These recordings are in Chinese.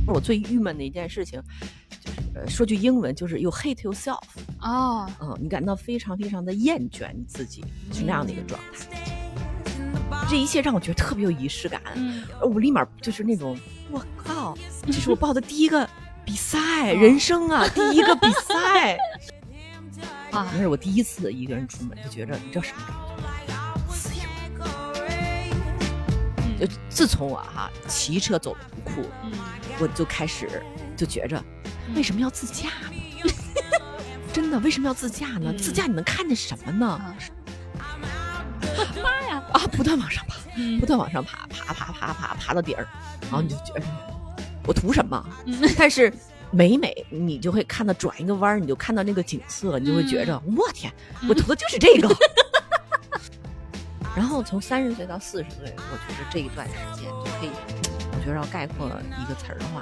我最郁闷的一件事情，就是说句英文，就是 you hate yourself。你感到非常非常的厌倦你自己，是那样的一个状态。这一切让我觉得特别有仪式感。我立马就是那种，我靠，这是我报的第一个比赛，人生啊，第一个比赛啊！那是我第一次一个人出门，就觉着你知道什么感觉？自由。就自从我骑车走途库，我就开始就觉着，为什么要自驾呢？真的，为什么要自驾呢？自驾你能看见什么呢？ 妈呀！ 不断往上爬，不断往上爬，爬到底儿，然后你就觉得我图什么？但是每你就会看到转一个弯，你就看到那个景色，你就会觉着我天，我图的就是这个。然后从30岁到40岁，我觉得这一段时间就可以，我觉得要概括一个词儿的话，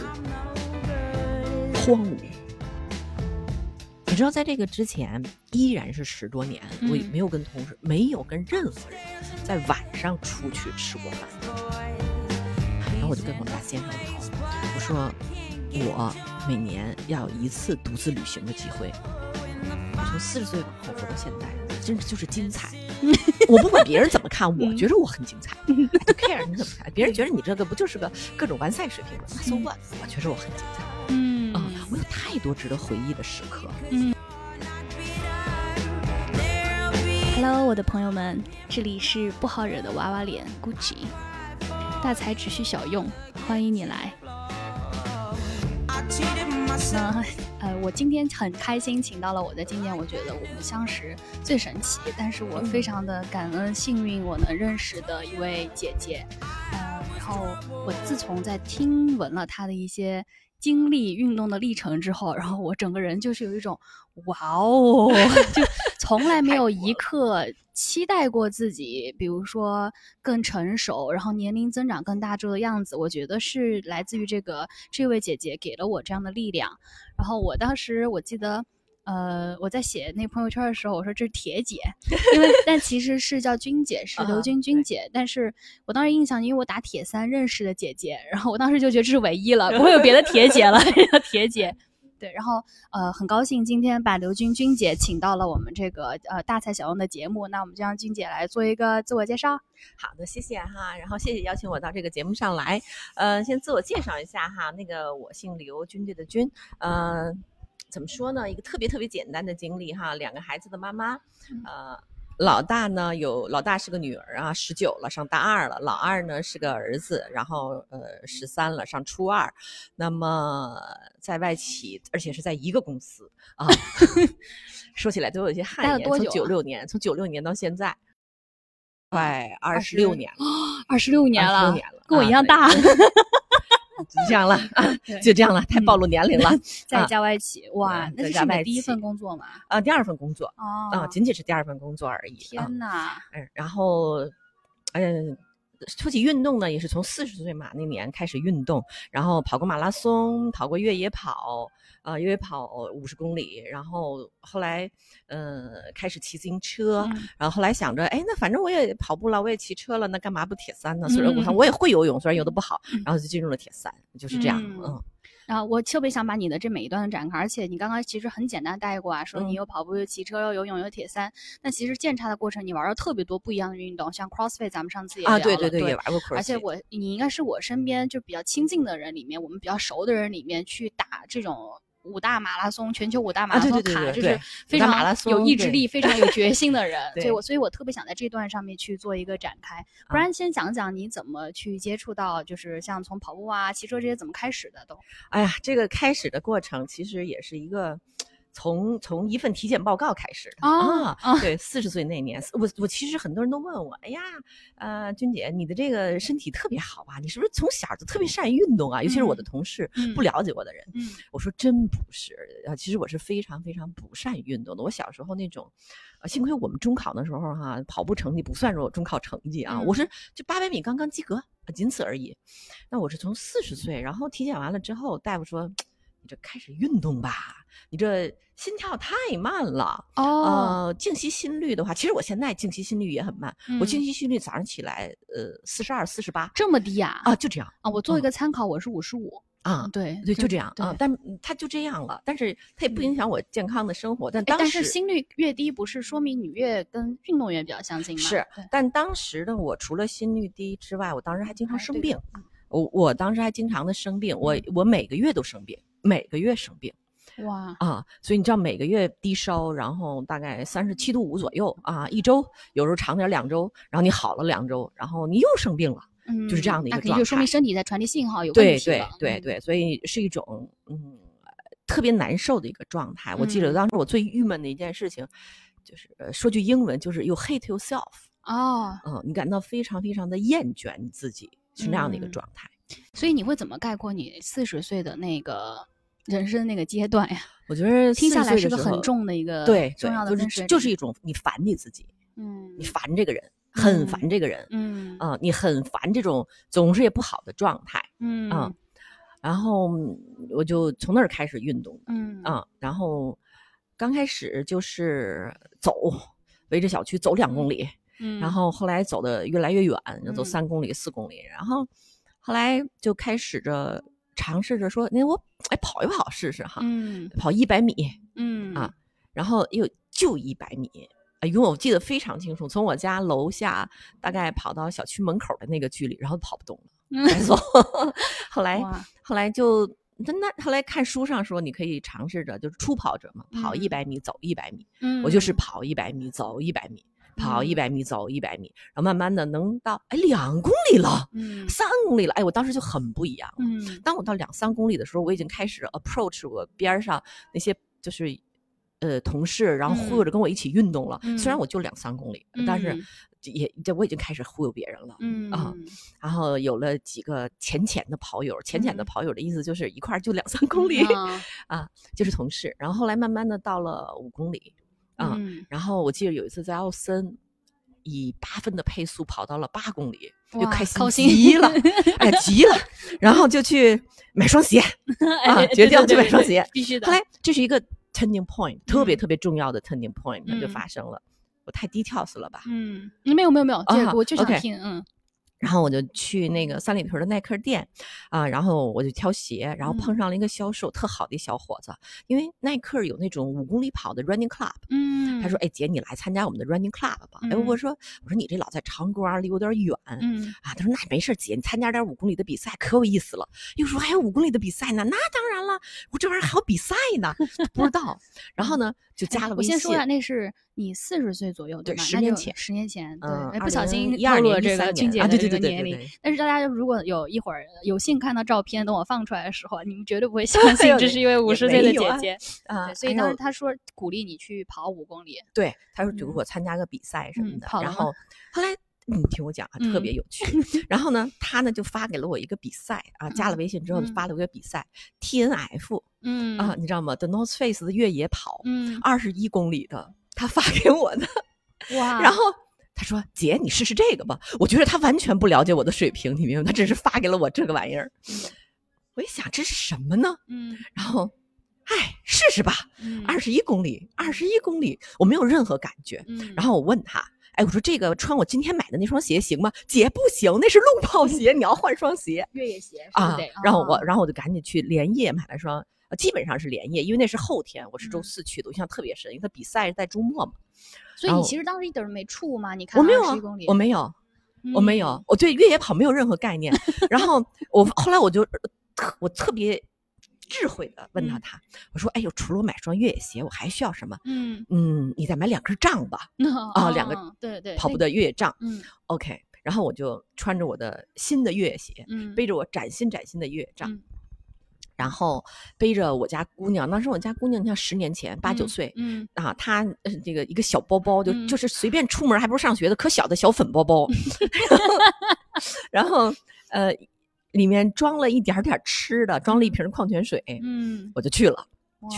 就是荒芜。你知道，在这个之前，依然是10多年，我没有跟同事，没有跟任何人在晚上出去吃过饭。然后我就跟我大先生聊，我说我每年要有一次独自旅行的机会。我从40岁往后活到现在，真的就是精彩。我不管别人怎么看，我觉得我很精彩。I don't care 你怎么看，别人觉得你这个不就是个各种完赛水平吗？ So what？ 我觉得我很精彩。我有太多值得回忆的时刻。 Hello， 我的朋友们，这里是不好惹的娃娃脸 Gucci， 大才只需小用，欢迎你来。我今天很开心请到了我的今年我觉得我们相识最神奇，但是我非常的感恩幸运我能认识的一位姐姐。然后我自从在听闻了她的一些经历运动的历程之后，然后我整个人就是有一种哇哦，就从来没有一刻期待过自己比如说更成熟，然后年龄增长更大之后的样子。我觉得是来自于这位姐姐给了我这样的力量。然后我当时我记得我在写那朋友圈的时候，我说这是铁姐，但其实是叫君姐，是刘君姐。但是我当时印象，因为我打铁3认识的姐姐，然后我当时就觉得这是唯一了，不会有别的铁姐了，叫铁姐。对，然后很高兴今天把刘君姐请到了我们这个大材小用的节目，那我们就让君姐来做一个自我介绍。 好的，谢谢哈，然后谢谢邀请我到这个节目上来。先自我介绍一下哈，那个我姓刘，君姐的君，怎么说呢？一个特别特别简单的经历哈，2个孩子的妈妈，老大是个女儿啊，19了，上大2了。老2呢是个儿子，然后13了，上初2。那么在外企，而且是在一个公司啊，说起来都有一些汗颜。从96年到现在，快26年了，26年了， 跟我一样大。 就这样了就这样了，太暴露年龄了。 在家外企，哇，那是你的第一份工作吗？ 第2份工作仅仅是第2份工作而已。 天哪！ 然后，说起运动呢，也是从40岁嘛那年开始运动，然后跑过马拉松，跑过越野跑50公里，然后后来开始骑自行车，然后后来想着那反正我也跑步了，我也骑车了，那干嘛不铁3呢？虽然我也会游泳，虽然游得不好，然后就进入了铁3，就是这样。 然后我特别想把你的这每一段的展开，而且你刚刚其实很简单带过说你有跑步有骑车有游泳有铁3，那其实渐差的过程你玩了特别多不一样的运动，像 CrossFit 咱们上次也聊了， 对，也玩过 CrossFit。 而且你应该是我身边就比较亲近的人里面，我们比较熟的人里面去打这种5大马拉松，全球5大马拉松卡，就是非常有意志力非常有决心的人。所以我特别想在这段上面去做一个展开。不然先讲讲你怎么去接触到就是像从跑步啊骑车这些怎么开始的都。 这个开始的过程其实也是一个从一份体检报告开始的对，40岁那年，我其实很多人都问我，君姐，你的这个身体特别好啊，你是不是从小就特别善于运动啊？尤其是我的同事，不了解我的人，我说真不是，其实我是非常非常不善于运动的。我小时候那种，幸亏我们中考的时候跑步成绩不算是我中考成绩啊，我是就800米刚刚及格，仅此而已。那我是从40岁，然后体检完了之后，大夫说，你这开始运动吧，你这心跳太慢了静息心率的话，其实我现在静息心率也很慢，我静息心率早上起来42、48， 这么低啊？ 就这样我做一个参考，我是55。 啊， 对， 就这样啊，但它就这样了，但是它也不影响我健康的生活。但是心率越低，不是说明你越跟运动员比较相近吗？ 是，但当时的我除了心率低之外，我当时还经常生病。我当时还经常的生病，我每个月都生病，每个月生病。 哇啊，所以你知道每个月低烧，然后大概37.5度左右啊，一周有时候长点2周，然后你好了2周，然后你又生病了。就是这样的一个状态， 就说明身体在传递信号有问题了。 对，所以是一种特别难受的一个状态。我记得当时我最郁闷的一件事情，就是说句英文，就是 you hate yourself。你感到非常非常的厌倦你自己，是那样的一个状态。 所以你会怎么概括你40岁的那个人生那个阶段呀？ 我觉得听下来是个很重的一个重要的就是一种你烦你自己，你烦这个人。很烦这个人，你很烦这种总是也不好的状态，然后我就从那儿开始运动，然后刚开始就是走，围着小区走2公里，然后后来走的越来越远，走3公里、4公里，然后后来就开始着尝试着说，那我跑一跑试试哈，跑100米，然后就100米。因为我记得非常清楚，从我家楼下大概跑到小区门口的那个距离，然后跑不动了，再走。后来后来看书上说，你可以尝试着就是初跑者嘛，跑100米，走100米。我就是跑100米，走100米，跑100米，走100米，然后慢慢的能到2公里了，3公里了，我当时就很不一样了。当我到2-3公里的时候，我已经开始 approach 我边上那些就是同事，然后忽悠着跟我一起运动了。虽然我就2-3公里，但是我已经开始忽悠别人了。然后有了几个浅浅的跑友，浅浅的跑友的意思就是一块就2-3公里就是同事。然后后来慢慢的到了5公里然后我记得有一次在奥森以8分的配速跑到了8公里，就开心极了，急了，然后就去买双鞋决定去买双鞋， 必须的。 后来这是一个turning point， 特别特别重要的 turning point 就发生了。我太低调死了吧？ 没有，这个我就想听。 然后我就去那个三里屯的耐克店然后我就挑鞋，然后碰上了一个销售特好的小伙子，因为耐克有那种5公里跑的 running club。他说姐你来参加我们的 running club 吧。我说你这老在长沟离我有点远他说那没事姐，你参加点5公里的比赛可有意思了。又说还有5公里的比赛呢，那当然了，我这玩意儿还有比赛呢，不知道。然然后呢就加了微信。 我先说一下，那是你40岁左右对吧？ 对，10年前 ，10年前，对，不小心透露了这个俊姐的这个年龄。 对。 但是大家如果有一会儿有幸看到照片，等我放出来的时候，你们绝对不会相信这是一位50岁的姐姐对，所以当时他说鼓励你去跑5公里， 对，他说如果参加个比赛什么的，然后后来。你听我讲特别有趣。然后呢，他呢就发给了我一个比赛加了微信之后发了一个比赛，TNF，你知道吗 ？The North Face 的越野跑，21公里的，他发给我的， 哇！ 然后他说：“姐，你试试这个吧。”我觉得他完全不了解我的水平，你明白吗？他只是发给了我这个玩意儿。我一想，这是什么呢？然后，试试吧。21公里，21公里，我没有任何感觉。然后我问他。我说这个穿我今天买的那双鞋行吗？姐不行，那是路跑鞋，你要换双鞋， 越野鞋然后我就赶紧去连夜买了双，基本上是连夜，因为那是后天，我是周4去的，我印象特别深，因为他比赛是在周末嘛。 所以你其实当时一点没触吗？你看我没有公里， 我没有，我对越野跑没有任何概念。然后后来我特别。智慧的问到他，我说：“除了我买双越野鞋，我还需要什么？你再买2根杖吧。2个对跑步的越野杖。OK， 然后我就穿着我的新的越野鞋，背着我崭新的越野杖，然后背着我家姑娘。当时我家姑娘，你像10年前8、9岁，她这个一个小包包，就是随便出门还不是上学的，可小的小粉包包，然后里面装了一点点吃的，装了一瓶矿泉水，我就去了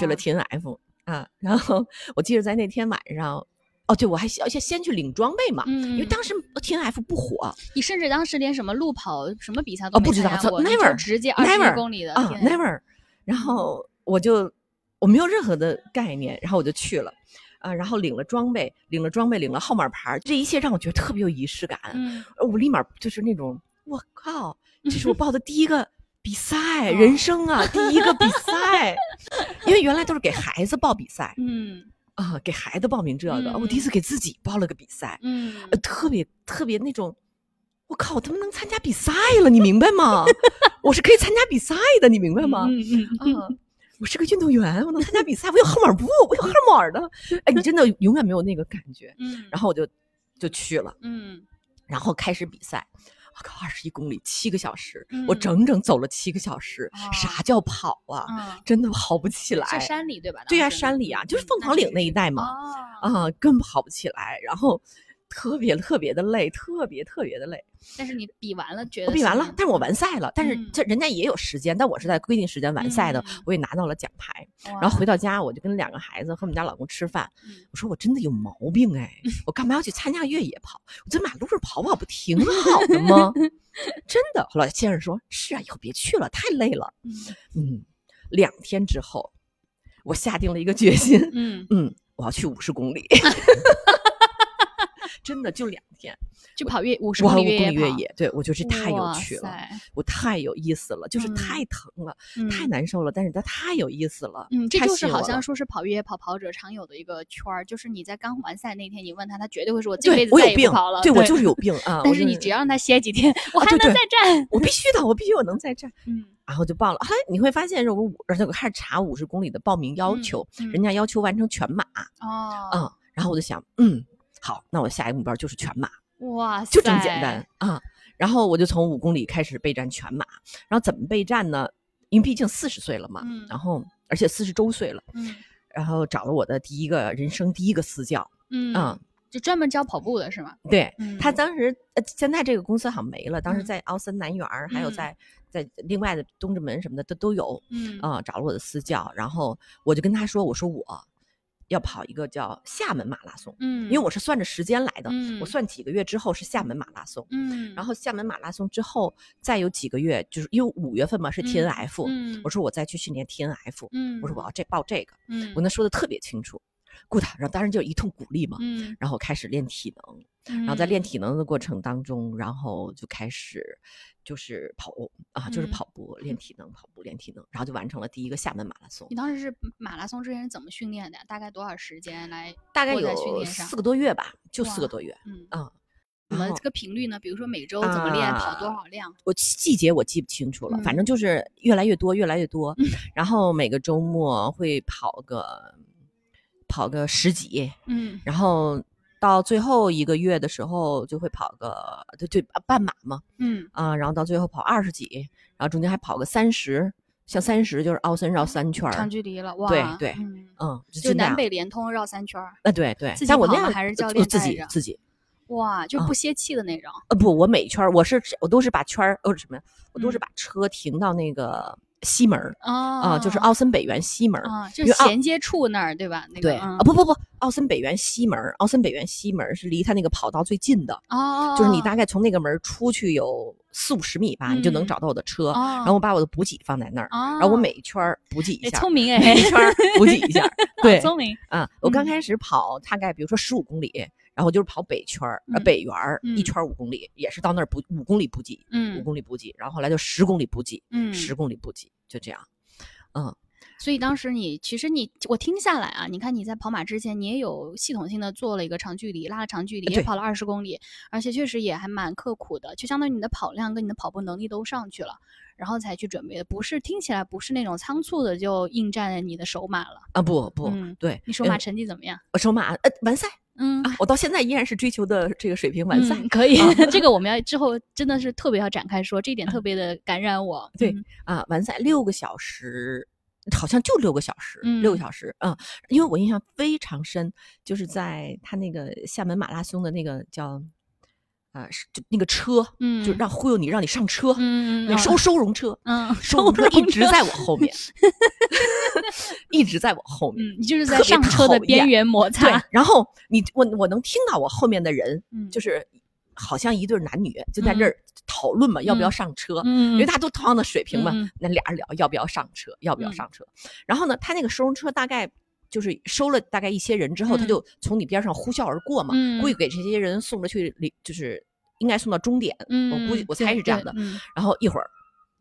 TNF 然后我记得在那天晚上，对，我还要先去领装备嘛，因为当时 TNF 不火， 你甚至当时连什么路跑什么比赛都没参加过 ，never 直接21公里的 never， 然后我没有任何的概念，然后我就去了。然后领了装备，领了号码牌，这一切让我觉得特别有仪式感。我立马就是那种，我靠，这是我报的第一个比赛，人生啊，第一个比赛，因为原来都是给孩子报比赛，给孩子报名这个，我第一次给自己报了个比赛，特别特别那种，我靠，我他妈能参加比赛了，你明白吗？我是可以参加比赛的，你明白吗？我是个运动员，我能参加比赛，我有号码布，我有号码的，哎，你真的永远没有那个感觉，然后我就去了，然后开始比赛。我靠，21公里7个小时，我整整走了7个小时，啥叫跑啊？真的跑不起来。 是山里对吧？ 对呀，山里啊，就是凤凰岭那一带嘛。根本跑不起来，然后特别特别的累，特别特别的累。 但是你比完了，觉得我比完了，但是我完赛了，但是这人家也有时间，但我是在规定时间完赛的，我也拿到了奖牌。然后回到家，我就跟2个孩子和我们家老公吃饭，我说我真的有毛病哎，我干嘛要去参加越野跑？我在马路上跑跑不挺好的吗？真的。后来先生说：“是啊，以后别去了，太累了。”2天之后，我下定了一个决心，我要去50公里。真的就2天， 就跑50公里越野，对，我觉得这太有趣了，我太有意思了，就是太疼了，太难受了，但是它太有意思了。 这就是好像说是跑越野跑者常有的一个圈儿，就是你在刚完赛那天，你问他绝对会说我这辈子再也不跑了。 对，我就是有病啊！ 但是你只要让他歇几天，我还能再战。 我必须的，我能再战。然后就报了。后来你会发现，我开始查50公里的报名要求，人家要求完成全马。然后我就想，好，那我下一个目标就是全马。 哇塞， 就这么简单啊！然后我就从5公里开始备战全马。然后怎么备战呢？因为毕竟40岁了嘛，然后而且40周岁了，然后找了我的人生第一个私教， 就专门教跑步的是吗？ 对，他当时现在这个公司好像没了，当时在奥森南园，还有在另外的东直门什么的都有，找了我的私教，然后我就跟他说，我说我要跑一个叫厦门马拉松，因为我是算着时间来的，我算几个月之后是厦门马拉松，然后厦门马拉松之后再有几个月，就是因为5月份嘛是 TNF，我说我再去训练 TNF，我说我要报这个，我那说的特别清楚，good， 然后当然就一通鼓励嘛，然后开始练体能，然后在练体能的过程当中，然后就开始就是跑就是跑步练体能，跑步练体能，然后就完成了第一个厦门马拉松。 你当时是马拉松之前怎么训练的？大概多少时间来？ 大概有4个多月吧，就4个多月。 怎么这个频率呢？比如说每周怎么练，跑多少量？ 我季节我记不清楚了，反正就是越来越多，越来越多。然后每个周末会跑个10几，然后到最后1个月的时候就会跑个半马嘛，然后到最后跑20几，然后中间还跑个30，像30就是奥森绕3圈， 长距离了，哇， 对， 就南北联通绕3圈， 对， 自己跑吗还是教练带着？ 自己， 哇，就不歇气的那种。 不，我每圈我都是把圈什么呀？我都是把车停到那个西门就是奥森北园西门就是衔接处那儿对吧？那个对不，奥森北园西门是离他那个跑道最近的就是你大概从那个门出去有40-50米吧，你就能找到我的车，然后我把我的补给放在那儿，然后我每一圈补给一下， 聪明每一圈补给一下，对， 聪明我刚开始跑大概比如说15公里。然后就是跑北圈北园1圈5公里，也是到那儿5公里补给，5公里补给，然后后来就10公里补给，10公里补给，就这样， 所以当时我听下来啊，你看你在跑马之前，你也有系统性的做了一个长距离，拉了长距离，也跑了20公里，而且确实也还蛮刻苦的，就相当于你的跑量跟你的跑步能力都上去了，然后才去准备的，听起来不是那种仓促的就应战你的首马了不，对， 你首马成绩怎么样？ 我首马完赛。我到现在依然是追求的这个水平完赛， 可以。这个我们要之后真的是特别要展开说，这一点特别的感染我。 对完赛6个小时，好像就6个小时，6个小时因为我印象非常深，就是在他那个厦门马拉松的那个叫就那个车，就忽悠你让你上车，那收容车，收容车一直在我后面，一直在我后面， 你就是在上车的边缘摩擦。 对，然后我能听到我后面的人，就是好像一对男女就在这儿讨论嘛，要不要上车？因为大家都同样的水平嘛，那俩人聊要不要上车，然后呢，他那个收容车大概。就是收了大概一些人之后，他就从你边上呼啸而过嘛，估计给这些人送着去，就是应该送到终点。我估计我猜是这样的。然后一会儿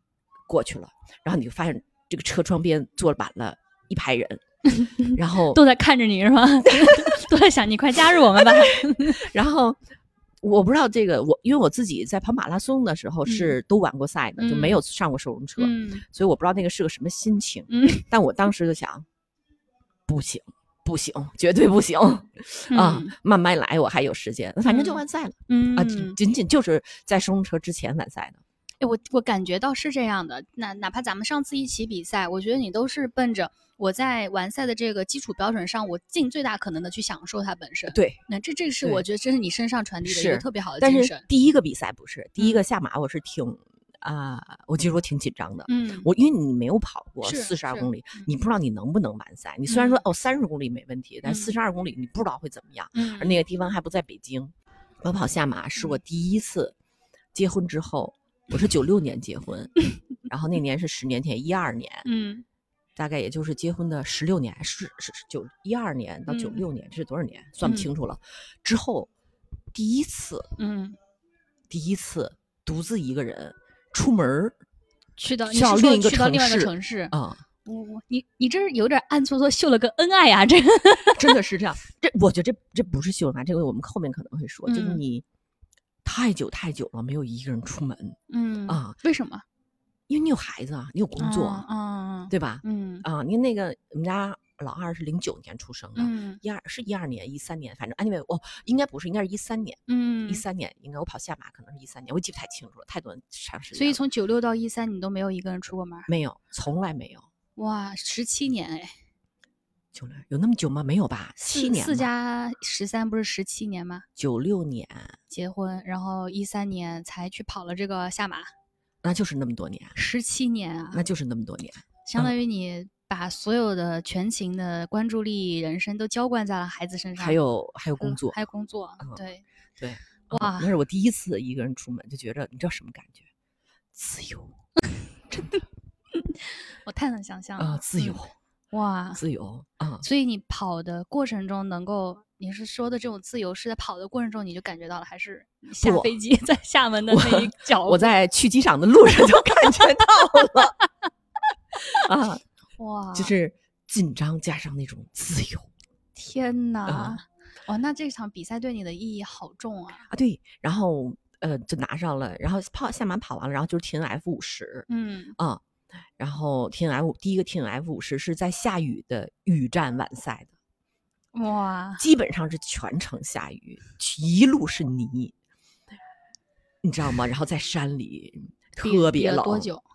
过去了，然后你就发现这个车窗边坐满了一排人，然后都在看着你是吗？都在想你快加入我们吧。 然后我不知道这个，因为我自己在跑马拉松的时候是都完过赛的，就没有上过收容车，所以我不知道那个是个什么心情。但我当时就想，不行，绝对不行啊！慢慢来，我还有时间，反正就完赛了。仅仅就是在收容车之前完赛的。 我感觉到是这样的。哪怕咱们上次一起比赛，我觉得你都是奔着我在完赛的这个基础标准上，我尽最大可能的去享受它本身。 对， 那这是我觉得这是你身上传递的一个特别好的精神。 但是第一个比赛不是，第一个下马我是我记得我挺紧张的。因为你没有跑过42公里，你不知道你能不能完赛。你虽然说30公里没问题，但42公里你不知道会怎么样。而那个地方还不在北京。我跑下马是我第一次结婚之后。我是96年结婚，然后那年是10年前，12年，大概也就是结婚的16年，是12年到96年，这是多少年？算不清楚了。之后第一次独自一个人出门去到另一个城市啊。你这是有点暗搓搓秀了个恩爱啊，这个真的是这样。我觉得这不是秀恩爱，这个我们后面可能会说，就是你。太久了，没有一个人出门。 为什么？ 因为你有孩子啊，你有工作，对吧？你那个我们家老二是09年出生的，12年、13年，反正 anyway， 应该不是，应该是13年，13年应该我跑下马可能是13年，我记不太清楚了，太多长时间。 所以从96到13，你都没有一个人出过门？ 没有，从来没有。 哇，17年哎！ 有那么久吗？没有吧，7年。 4加13不是17年吗 ？96年结婚，然后13年才去跑了这个下马， 那就是那么多年 ，17年啊， 那就是那么多年， 相当于你把所有的全情的关注力、人生都浇灌在了孩子身上， 还有工作， 还有工作，对， 哇，那是我第一次一个人出门，就觉得你知道什么感觉？自由，真的， 我太能想象了， 自由。 哇， 自由啊！ 所以你跑的过程中，你是说的这种自由，是在跑的过程中你就感觉到了，还是下飞机在厦门的那一角？ 我在去机场的路上就感觉到了哇， 就是紧张加上那种自由。 天哪！那这场比赛对你的意义好重啊！ 对，然后就拿上了，然后下马跑完了，然后就是 TNF50，然后第一个 TNF50是在下雨的雨战完赛的， 哇， 基本上是全程下雨，一路是泥，你知道吗？然后在山里特别冷， 多久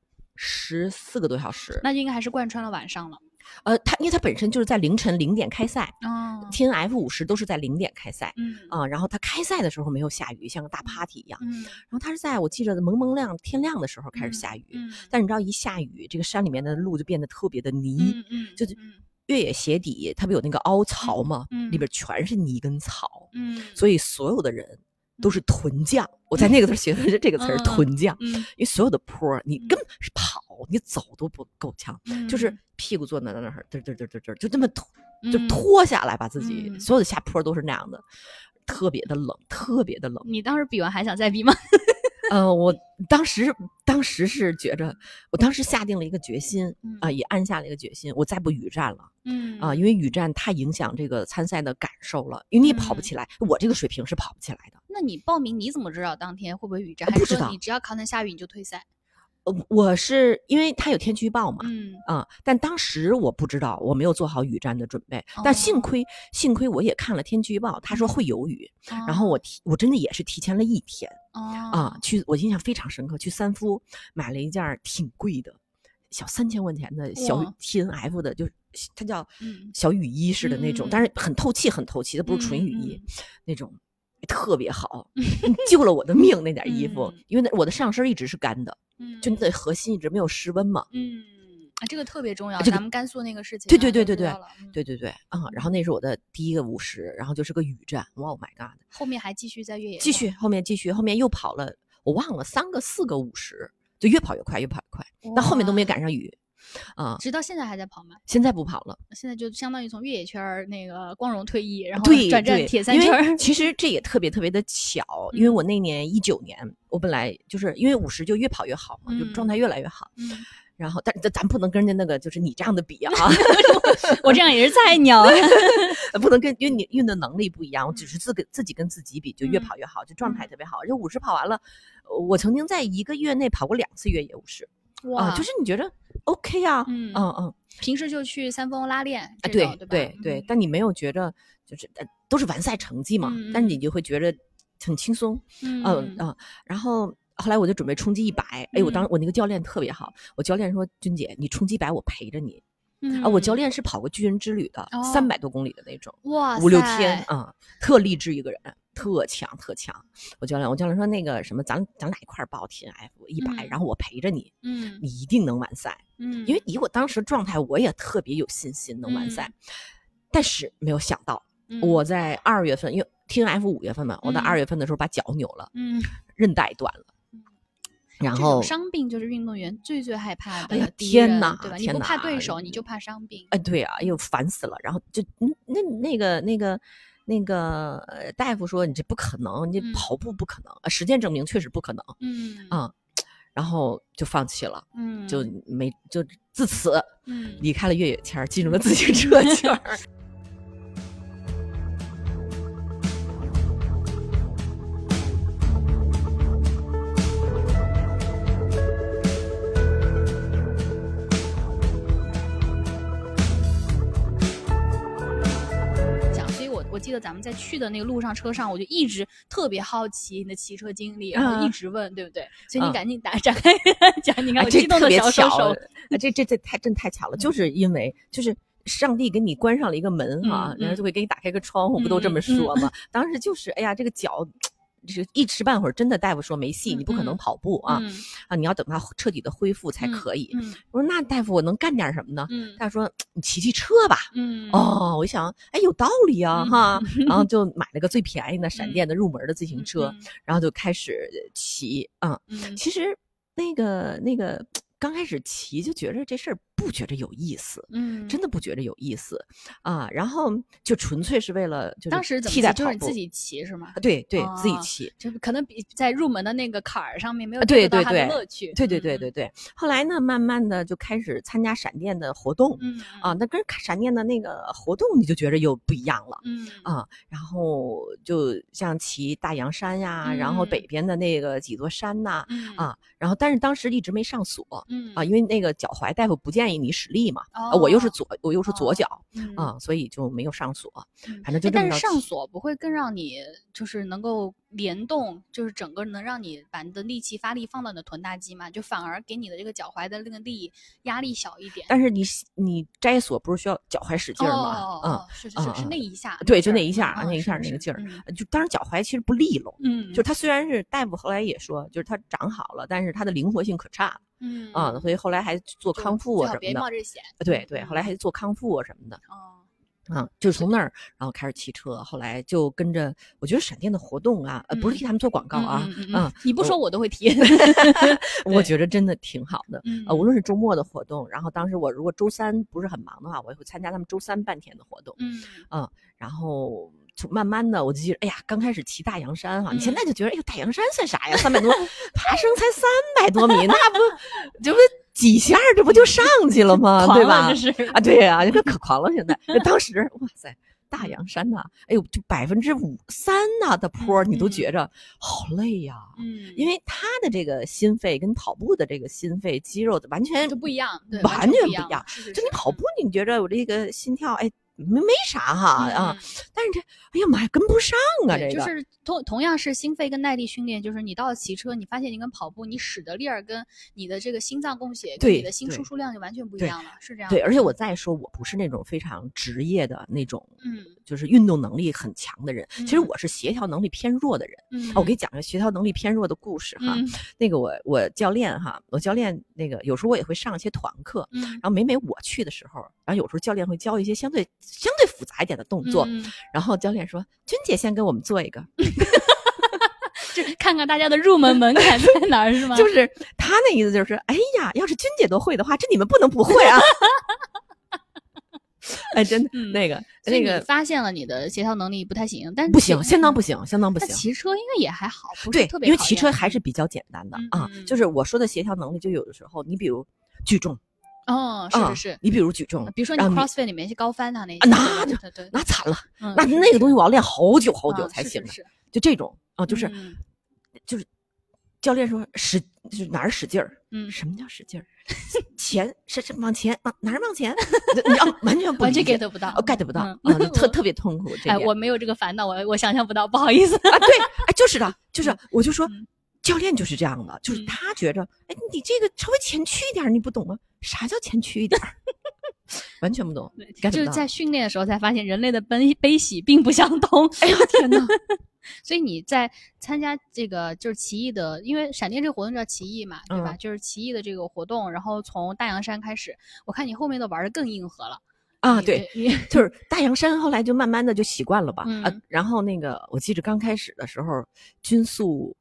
？14个多小时， 那就应该还是贯穿了晚上了。 因为它本身就是在凌晨0点开赛，TNF50都是在0点开赛，然后它开赛的时候没有下雨，像个大 party 一样，然后它是在我记着蒙蒙亮天亮的时候开始下雨，但你知道一下雨，这个山里面的路就变得特别的泥，就是越野鞋底它不有那个凹槽吗？里边全是泥跟草，所以所有的人都是屯将。我在那个词学的是这个词儿，屯将，因为所有的坡你根本是跑，你走都不够呛，就是屁股坐在那儿，就这么就拖下来，把自己所有的下坡都是那样的，特别的冷，特别的冷。 你当时比完还想再比吗？ 我当时是觉着，我当时下定了一个决心也暗下了一个决心，我再不雨战了，因为雨战太影响这个参赛的感受了，因为你也跑不起来，我这个水平是跑不起来的。 那你报名你怎么知道当天会不会雨战？ 不知道， 还是说你只要考能下雨你就退赛？ 我是因为它有天气预报嘛，但当时我不知道，我没有做好雨战的准备，但幸亏我也看了天气预报，他说会有雨，然后我真的也是提前了1天我印象非常深刻，去三夫买了一件挺贵的小3000块钱的小 TNF 的，就它叫小雨衣似的那种，但是很透气，它不是纯雨衣那种。特别好，救了我的命那点衣服，因为我的上身一直是干的，就那核心一直没有失温嘛。 这个特别重要。咱们甘肃那个事情， 对，然后那是我的第一个50，然后就是个雨战，哇 ，Oh my god！ 后面还继续在越野， 后面又跑了，我忘了3个4个50，就越跑越快，但后面都没赶上雨。 直到现在还在跑吗？ 现在不跑了， 现在就相当于从越野圈那个光荣退役，然后对转战铁三圈。 其实这也特别特别的巧，因为我那年19年，我本来就是因为50就越跑越好嘛，就状态越来越好。然后，但咱不能跟着那个就是你这样的比啊， 我这样也是菜鸟， 不能跟，因为你运动能力不一样，我只是自己跟自己比，就越跑越好，就状态特别好。就50跑完了，我曾经在1个月内跑过2次越野50，哇，就是你觉得 OK 啊， 平时就去三峰拉练， 对，但你没有觉得就是都是完赛成绩嘛，但是你就会觉得很轻松，然后。后来我就准备冲击100，我那个教练特别好，我教练说君姐你冲击100我陪着你，我教练是跑过巨人之旅的，300多公里的那种， 哇 ，5、6天特励志一个人，特强。我教练说那个什么，咱俩一块报 TNF100，然后我陪着你，你一定能完赛，因为以我当时的状态，我也特别有信心能完赛，但是没有想到，我在2月份，因为 TNF 5月份嘛，我在2月份的时候把脚扭了，韧带断了。然后这种伤病就是运动员最害怕的。 哎呀天哪， 对吧？你不怕对手，你就怕伤病。 对啊，烦死了。然后就那个大夫说你这不可能，你跑步不可能，实践证明确实不可能。然后就放弃了。就自此离开了越野圈，进入了自行车圈。 我记得咱们在去的那个路上车上，我就一直特别好奇你的骑车经历，然后一直问，对不对？所以你赶紧展开讲，你看我激动的小手手， 这真太巧了，就是因为就是上帝给你关上了一个门哈，然后就会给你打开个窗户，不都这么说吗？当时就是哎呀，这个脚。一时半会儿真的大夫说没戏，你不可能跑步啊，你要等它彻底的恢复才可以。我说那大夫我能干点什么呢？大夫说你骑车吧。我一想哎有道理啊哈，然后就买了个最便宜的闪电的入门的自行车，然后就开始骑其实那个刚开始骑就觉得这事儿不觉得有意思，真的不觉得有意思啊。然后就纯粹是为了就是当时怎么替代就是自己骑是吗？ 对，自己骑， 就可能比在入门的那个坎儿上面没有得到它的乐趣。 对。后来呢，慢慢的就开始参加闪电的活动，那跟闪电的那个活动你就觉得又不一样了，然后就像骑大洋山呀，然后北边的那个几座山呐，然后但是当时一直没上锁。因为那个脚踝大夫不建议你使力嘛，我又是左脚，所以就没有上锁。反正就这么着。 但是上锁不会更让你就是能够联动，就是整个能让你把你的力气发力放到你的臀大肌嘛，就反而给你的这个脚踝的那个压力小一点。 但是你摘锁不是需要脚踝使劲吗？ 是那一下。 对，就那一下那个劲儿，就当然脚踝其实不利落，就它虽然是大夫后来也说，就是它长好了，但是它的灵活性可差了。所以后来还做康复啊什么的。 别冒这险。 对，后来还做康复啊什么的。就从那儿然后开始骑车，后来就跟着，我觉得闪电的活动啊，不是替他们做广告啊， 你不说我都会提。 我觉得真的挺好的，无论是周末的活动，然后当时我如果周三不是很忙的话，我也会参加他们周3半天的活动，然后就慢慢的我就记得，哎呀，刚开始骑大洋山你现在就觉得，哎呦，大洋山算啥呀？300多，爬升才300多米，那不就不几下这不就上去了吗？对吧？对呀，这个可狂了。现在当时哇塞，大洋山呐，哎呦，就5%、3%的坡，你都觉着好累呀。因为他的这个心肺跟跑步的这个心肺肌肉完全就不一样，对， 完全不一样。就你跑步，你觉着我这个心跳，哎。没啥哈但是这哎呀妈呀跟不上啊，这个就是同样是心肺跟耐力训练，就是你到了骑车，你发现你跟跑步你使的力儿跟你的这个心脏供血跟你的心输出量就完全不一样了，是这样。 对，而且我再说，我不是那种非常职业的那种，就是运动能力很强的人。其实我是协调能力偏弱的人。我给你讲个协调能力偏弱的故事哈。那个我教练那个有时候我也会上一些团课，然后每我去的时候，然后有时候教练会教一些相对复杂一点的动作，然后教练说君姐先跟我们做一个就是看看大家的入门门槛在哪儿是吗？ 就是他那意思就是，哎呀，要是君姐都会的话，这你们不能不会啊。哎，真的，那个， 你发现了你的协调能力不太行，但是不行，相当不行，相当不行。 骑车应该也还好，不是特别对，因为骑车还是比较简单的啊。就是我说的协调能力，就有的时候，你比如举重， 是， 你比如举重， 比如说你 CrossFit 里面去高翻那些， 那惨了，那个东西我要练好久好久才行。就这种啊，就是教练说就是哪儿使劲儿，什么叫使劲儿？前是往前哪儿往前？你完全不完全 get 不到 ，get 不到，特别痛苦。 哎，我没有这个烦恼，我想象不到，不好意思啊。对，哎，就是的，就是我就说，教练就是这样的，就是他觉着，哎，你这个稍微前驱一点，你不懂吗？啥叫前驱一点？完全不懂， 就是在训练的时候才发现人类的悲喜并不相同。 哎呀天哪！ 所以你在参加这个就是奇艺的，因为闪电这个活动叫奇艺嘛，对吧？就是奇艺的这个活动，然后从大洋山开始，我看你后面的玩的更硬核了啊。对，就是大洋山后来就慢慢的就习惯了吧。然后那个我记得刚开始的时候，均速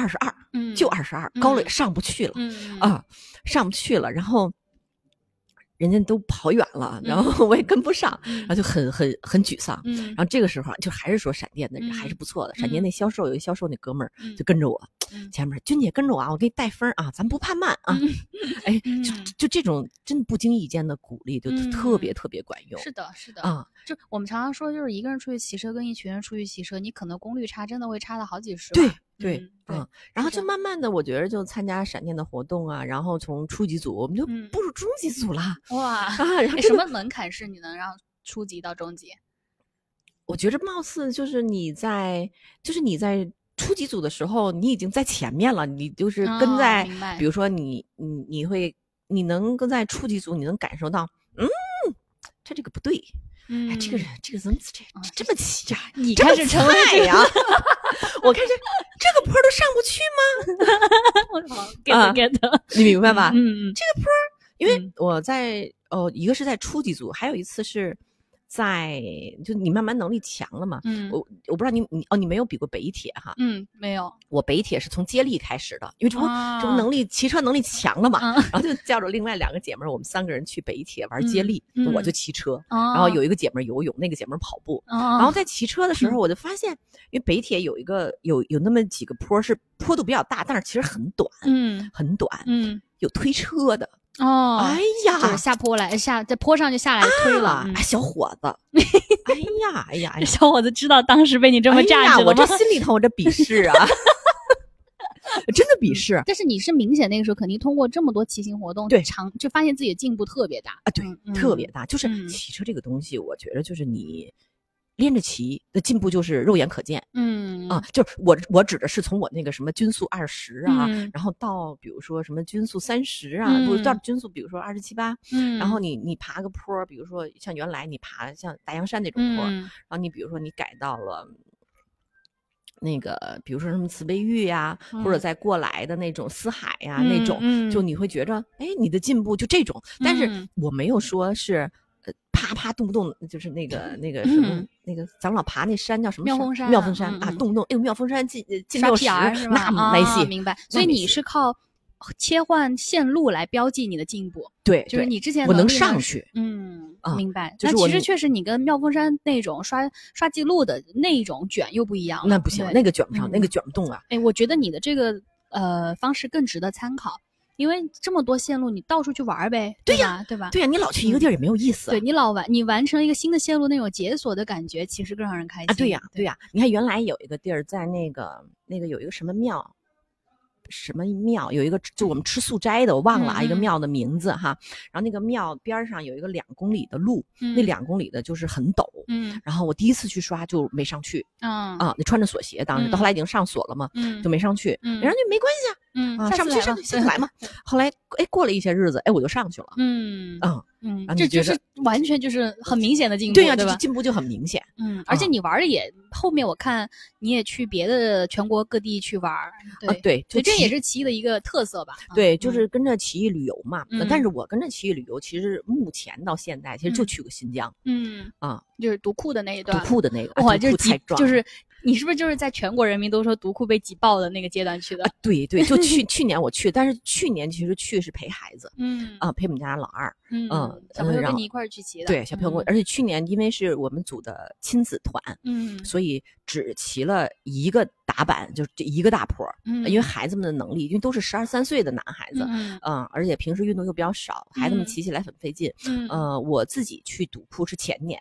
22，就22，高了也上不去了，上不去了，然后。人家都跑远了，然后我也跟不上，然后就很沮丧。然后这个时候就还是说闪电的人还是不错的，闪电那销售有一销售那哥们儿就跟着我，前面君姐跟着我啊，我给你带分啊，咱不怕慢啊。哎，就这种真不经意间的鼓励，就特别特别管用。 是的，是的啊，就我们常常说，就是一个人出去骑车跟一群人出去骑车，你可能功率差真的会差到好几十。 对，然后就慢慢的，我觉得就参加闪电的活动啊，然后从初级组我们就步入中级组了。 哇，然后什么门槛是你能让初级到中级？ 我觉得貌似就是你在初级组的时候，你已经在前面了，你就是跟在，比如说你能跟在初级组，你能感受到，他这个不对。哎，这个人，这个怎么这么骑呀？ 你开始成为这样，我开始这个坡都上不去吗？get， 你明白吧？ 这个坡，因为我在一个是在初级组，还有一次是在就你慢慢能力强了嘛。我不知道你没有比过北铁哈？ 没有。 我北铁是从接力开始的，因为这不能力骑车能力强了嘛，然后就叫着另外2个姐妹儿，我们3个人去北铁玩接力，我就骑车，然后有一个姐妹游泳，那个姐妹跑步，然后在骑车的时候我就发现，因为北铁有一个有那么几个坡是坡度比较大，但是其实很短，很短，有推车的。哎呀， 就是下坡来在坡上就下来推了， 小伙子，哎呀， 小伙子知道当时被你这么榨取了吗？ 我这心里头我这鄙视啊，真的鄙视。 但是你是明显那个时候肯定通过这么多骑行活动， 对， 就发现自己的进步特别大啊，对，特别大。就是骑车这个东西，我觉得就是你连着骑的进步就是肉眼可见，就是我指的是从我那个什么均速20啊，然后到比如说什么均速30啊，不到均速比如说27、8，然后你爬个坡，比如说像原来你爬像大洋山那种坡，然后你比如说你改到了那个比如说什么慈悲峪呀，或者再过来的那种四海呀，那种，就你会觉着哎你的进步就这种，但是我没有说是。啪动不动就是那个什么那个咱们老爬那山叫什么妙峰山啊，动不动哎呦妙峰山进刷 PR 是吧？那没戏， 明白。所以你是靠切换线路来标记你的进步， 对， 就是你之前我能上去， 明白。那其实确实你跟妙峰山那种刷记录的那种卷又不一样了， 那不行，那个卷不上，那个卷不动啊。 哎，我觉得你的这个方式更值得参考。因为这么多线路，你到处去玩呗，对吧？对吧？ 对呀，你老去一个地儿也没有意思。 对，你完成一个新的线路，那种解锁的感觉，其实更让人开心啊！对呀，你看原来有一个地儿在那个有一个什么庙，有一个就我们吃素斋的，我忘了一个庙的名字哈。然后那个庙边上有一个2公里的路，那2公里的就是很陡，然后我第一次去刷就没上去，你穿着锁鞋，当时到后来已经上锁了嘛，就没上去，然后就没关系啊。上不去下次来嘛。后来过了一些日子，我就上去了。 这就是完全就是很明显的进步， 对呀， 吧？ 进步就很明显。 而且你玩的也后面我看你也去别的全国各地去玩， 对， 所以这也是奇艺的一个特色吧？ 对，就是跟着奇艺旅游嘛。但是我跟着奇艺旅游，其实目前到现在其实就去过新疆。 就是独库的那一段， 独库的那个， 哇，就是你是不是就是在全国人民都说独库被挤爆的那个阶段去的？ 对，就去年我去，但是去年其实去是陪孩子，陪我们家老二， 小朋友跟你一块儿去骑的， 对，小朋友，而且去年因为是我们组的亲子团，所以只骑了一个打板，就是一个大坡，因为孩子们的能力，因为都是12、13岁的男孩子，而且平时运动又比较少，孩子们骑起来很费劲，我自己去独库是前年，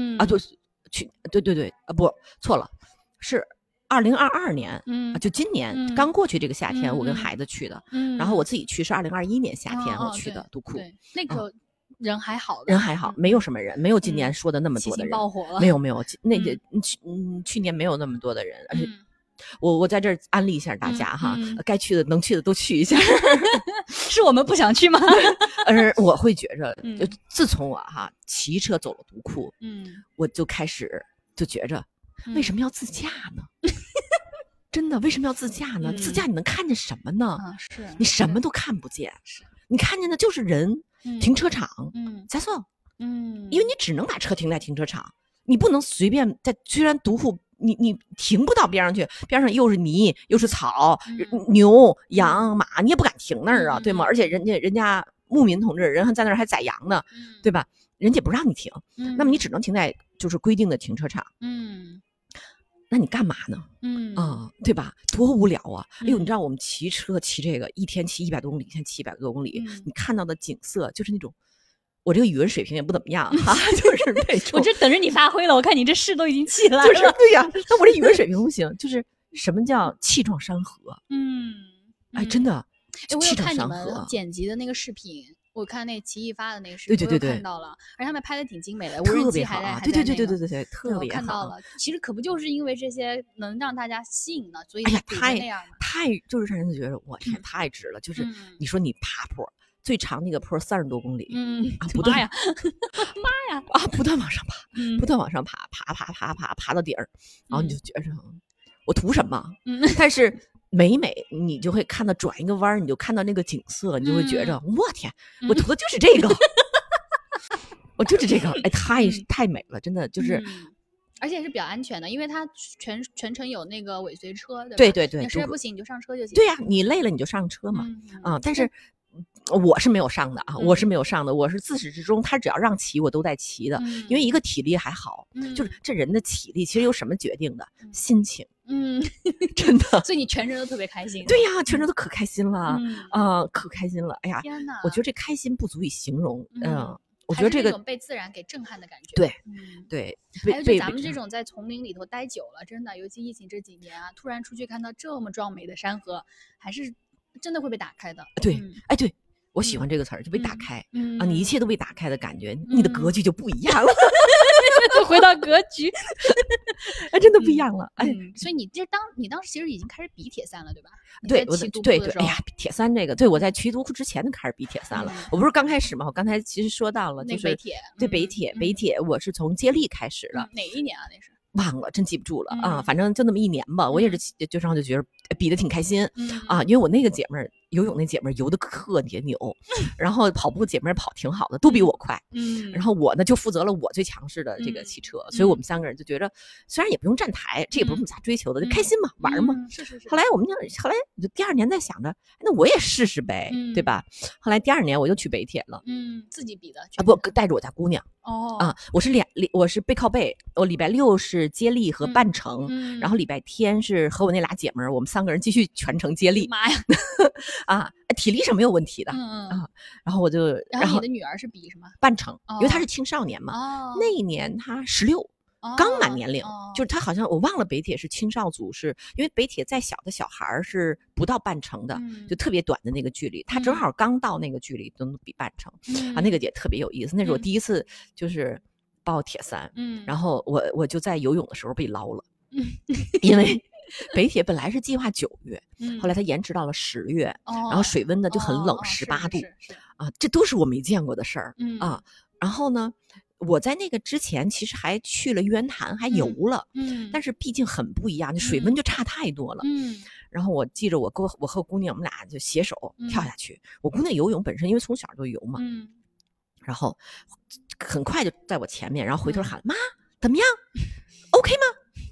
对，不错了，是2022年，就今年刚过去这个夏天，我跟孩子去的，然后我自己去是2021年夏天我去的独库， 那个时候人还好， 没有什么人，没有今年说的那么多的人， 爆火了， 没有，那个去年没有那么多的人，而且我在这儿安利一下大家哈，该去的能去的都去一下， 是我们不想去吗？ 我会觉着，自从我骑车走了独库，我就开始就觉着，为什么要自驾呢？真的，为什么要自驾呢？自驾你能看见什么呢？ 是你什么都看不见，你看见的就是人、停车场、加速，因为你只能把车停在停车场，你不能随便在，虽然独库你停不到边上去，边上又是泥又是草，牛羊马你也不敢停那儿啊，对吗？而且人家牧民同志人还在那儿还宰羊呢，对吧？人家不让你停，那么你只能停在就是规定的停车场，那你干嘛呢？对吧？多无聊啊！哎呦，你知道我们骑车骑这个一天骑100多公里，一天骑100多公里，你看到的景色就是那种，我这个语文水平也不怎么样就是那种， 我这等着你发挥了，我看你这势都已经起来了， 就是对呀，那我这语文水平不行，就是什么叫气壮山河？哎，真的， 我有看你们剪辑的那个视频。我看那奇艺发的那个视频， 对， 看到了，而且他们拍的挺精美的， 特别好，对，特别好， 看到了。其实可不就是因为这些能让大家吸引呢，所以那样太就是让人觉得我天太值了。就是你说你爬坡，最长那个坡30多公里，不断呀， 妈呀不断往上爬，不断往上爬到底儿，然后你就觉着我图什么？但是。每你就会看到转一个弯，你就看到那个景色，你就会觉着我天，我图的就是这个，我就是这个，哎，太美了，真的就是， 而且是比较安全的，因为它全程有那个尾随车， 对， 你实在不行你就上车就行。 对呀，你累了你就上车嘛，但是。我是没有上的我是自始至终，他只要让骑我都在骑的，因为一个体力还好，就是这人的体力其实由什么决定的？心情，真的， 所以你全程都特别开心。 对呀，全程都可开心了，可开心了，哎呀， 天哪， 我觉得这开心不足以形容，我觉得这个种被自然给震撼的感觉， 对， 还有就咱们这种在丛林里头待久了，真的，尤其疫情这几年突然出去看到这么壮美的山河，还是真的会被打开的。 对，哎，对。我喜欢这个词儿，就被打开你一切都被打开的感觉，你的格局就不一样了。 回到格局， 哎，真的不一样了。哎， 所以你当时其实已经开始比铁三了，对吧？ 对，哎呀，铁三这个，对我在骑独库之前就开始比铁三了。我不是刚开始嘛，我刚才其实说到了，就是北铁，我是从接力开始了。 哪一年啊？那是？ 忘了，真记不住了反正就那么1年吧。我也是就上就觉得比的挺开心因为我那个姐妹儿游泳那姐妹儿游的特别牛，然后跑步姐妹儿跑挺好的，都比我快然后我呢就负责了我最强势的这个骑车，所以我们3个人就觉得虽然也不用站台，这也不是我们咋追求的，就开心嘛，玩嘛。 是。 后来就第2年在想着，那我也试试呗，对吧？后来第2年我又去北铁了， 自己比的不带着我家姑娘我是背靠背，我礼拜6是接力和半程，然后礼拜天是和我那俩姐妹儿，我们3个人继续全程接力。 妈呀！ 体力上没有问题的然后然后你的女儿是比什么？ 半程，因为她是青少年嘛，那一年她16。刚满年龄，就是他好像我忘了北铁是青少组，是因为北铁再小的小孩是不到半程的，就特别短的那个距离，他正好刚到那个距离都能比半程那个也特别有意思。那是我第一次就是报铁三，然后我就在游泳的时候被捞了，因为北铁本来是计划9月，后来它延迟到了10月，然后水温呢就很冷，18度这都是我没见过的事儿然后呢。我在那个之前其实还去了玉渊潭，还游了，但是毕竟很不一样，水温就差太多了，然后我记着我和姑娘我们俩就携手跳下去，我姑娘游泳本身因为从小就游嘛，然后很快就在我前面，然后回头喊妈怎么样 ，OK 吗？我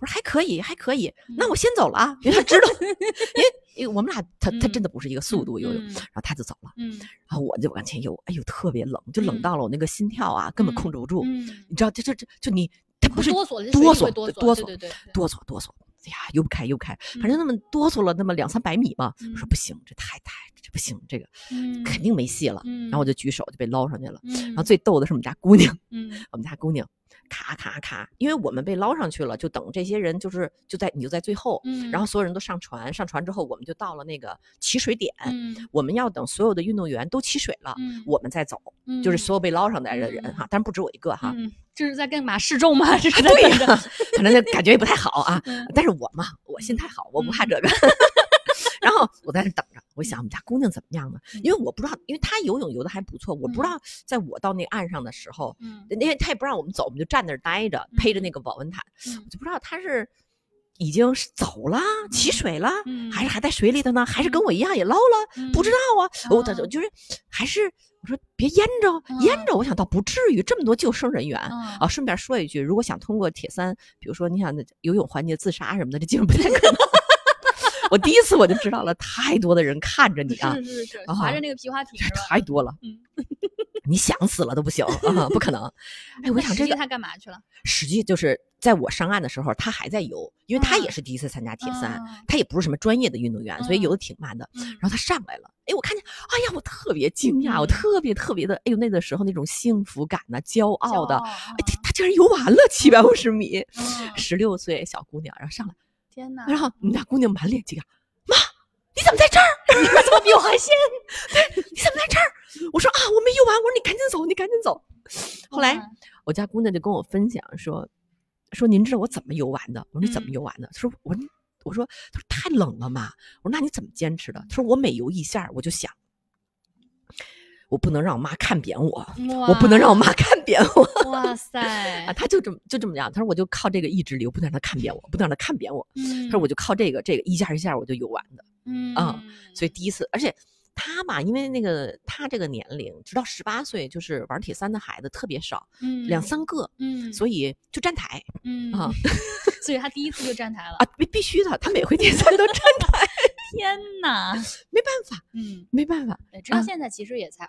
我说还可以，还可以，那我先走了啊，因为他知道，因为我们俩他真的不是一个速度游泳，然后他就走了，然后我就往前游，哎呦特别冷，就冷到了我那个心跳啊根本控制不住，你知道就你他不是哆嗦， 哆嗦。哎呀，游不开，反正那么哆嗦了那么200-300米吧。我说不行，这不行，这个肯定没戏了。然后我就举手就被捞上去了。然后最逗的是我们家姑娘，我们家姑娘咔咔咔，因为我们被捞上去了，就等这些人你就在最后，然后所有人都上船之后，我们就到了那个起水点，我们要等所有的运动员都起水了，我们再走，就是所有被捞上来的人哈，当然不止我一个哈。 这是在干嘛？示众吗？这是在对呀，反正感觉也不太好啊。但是我心态好，我不怕这个。然后我在那等着，我想我们家姑娘怎么样呢？因为我不知道，因为她游泳游的还不错，我不知道在我到那个岸上的时候，因为她也不让我们走，我们就站那儿待着，背着那个保温毯，我就不知道她是已经是走了，起水了，还是还在水里的呢？还是跟我一样也捞了？不知道啊。我就是还是我说别淹着，我想倒不至于这么多救生人员啊。顺便说一句，如果想通过铁三，比如说你想游泳环节自杀什么的，这基本不太可能。我第一次我就知道了，太多的人看着你啊， 是划着那个皮划艇， 太多了，你想死了都不行啊，不可能。哎，我想这个他干嘛去了？ 实际就是在我上岸的时候，他还在游，因为他也是第一次参加铁三，他也不是什么专业的运动员，所以游的挺慢的。然后他上来了，哎，我看见，哎呀，我特别惊讶，我特别的，哎呦，那个时候那种幸福感呢，骄傲的，哎，他竟然游完了750米，16岁小姑娘，然后上来。 天哪！ 然后我们家姑娘满脸惊讶，妈，你怎么在这儿？ 你怎么比我还先？ 对，你怎么在这儿？我说啊，我没游完。我说你赶紧走。后来我家姑娘就跟我分享说您知道我怎么游完的？我说你怎么游完的？她说我说太冷了嘛。我说那你怎么坚持的？她说我每游一下我就想。我不能让我妈看扁我，我不能让我妈看扁我。 哇塞！ 他就这么样。他说我就靠这个意志力，我不能让他看扁我，不能让他看扁我。他说我就靠这个一下我就游完的。所以第一次，而且他嘛，因为他这个年龄，直到18岁就是玩铁三的孩子特别少，2-3个，所以就站台， 所以他第一次就站台了啊，必须的，他每回铁三都站台。 天哪， 没办法，没办法。 直到现在其实也才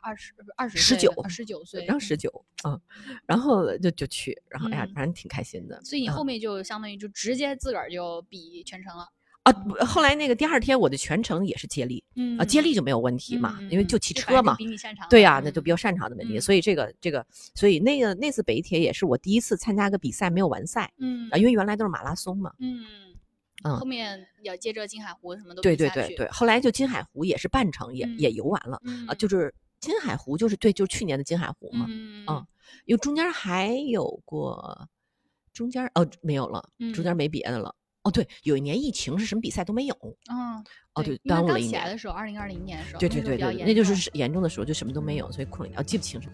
19岁， 然后19，然后就去，然后哎呀，反正挺开心的。 所以你后面就相当于就直接自个儿就比全程了。 后来那个第2天我的全程也是接力，接力就没有问题嘛，因为就骑车嘛， 比你擅长， 对呀，那就比较擅长的问题，所以所以那次北铁也是我第一次参加个比赛没有完赛，因为原来都是马拉松嘛， 后面也接着金海湖什么都对，后来就金海湖也是半程也游完了就是金海湖就是去年的金海湖嘛，因为中间还有过，没有了，中间没别的了。对，有一年疫情是什么比赛都没有。对，耽误了一年。 刚起来的时候，2020年的时候， 对，那就是严重的时候，就什么都没有，所以困了一年，记不清什么。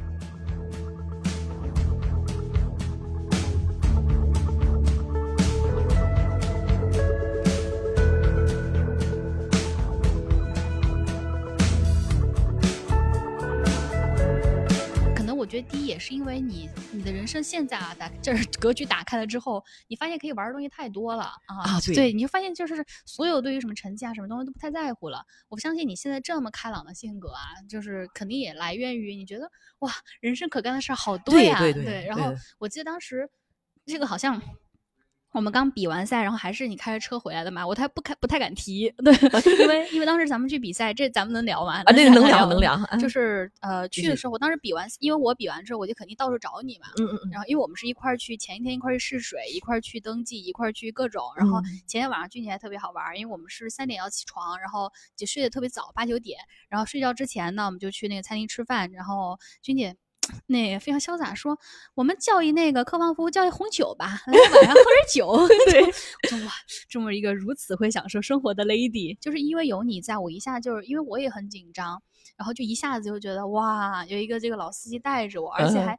我觉得第一也是因为你的人生现在就是格局打开了之后，你发现可以玩的东西太多了对，你就发现就是所有对于什么成绩什么东西都不太在乎了。我相信你现在这么开朗的性格就是肯定也来源于你觉得哇，人生可干的事好多呀。 对。 然后我记得当时这个好像我们刚比完赛，然后还是你开着车回来的嘛，我不太敢提，对，因为当时咱们去比赛，这咱们能聊吗？ 这个能聊， 就是去的时候，我当时比完，因为我比完之后，我就肯定到处找你嘛，然后因为我们是一块去，前一天一块去试水，一块去登记，一块去各种，然后前天晚上俊杰还特别好玩，因为我们是3点要起床，然后就睡得特别早，8、9点，然后睡觉之前呢，我们就去那个餐厅吃饭，然后俊杰那个非常潇洒说，我们叫一那个客房服务叫一红酒吧，来晚上喝点酒。对，我说哇，这么一个如此会享受生活的 lady， 就是因为有你在，我一下就是因为我也很紧张，然后就一下子就觉得哇，有一个这个老司机带着我，而且还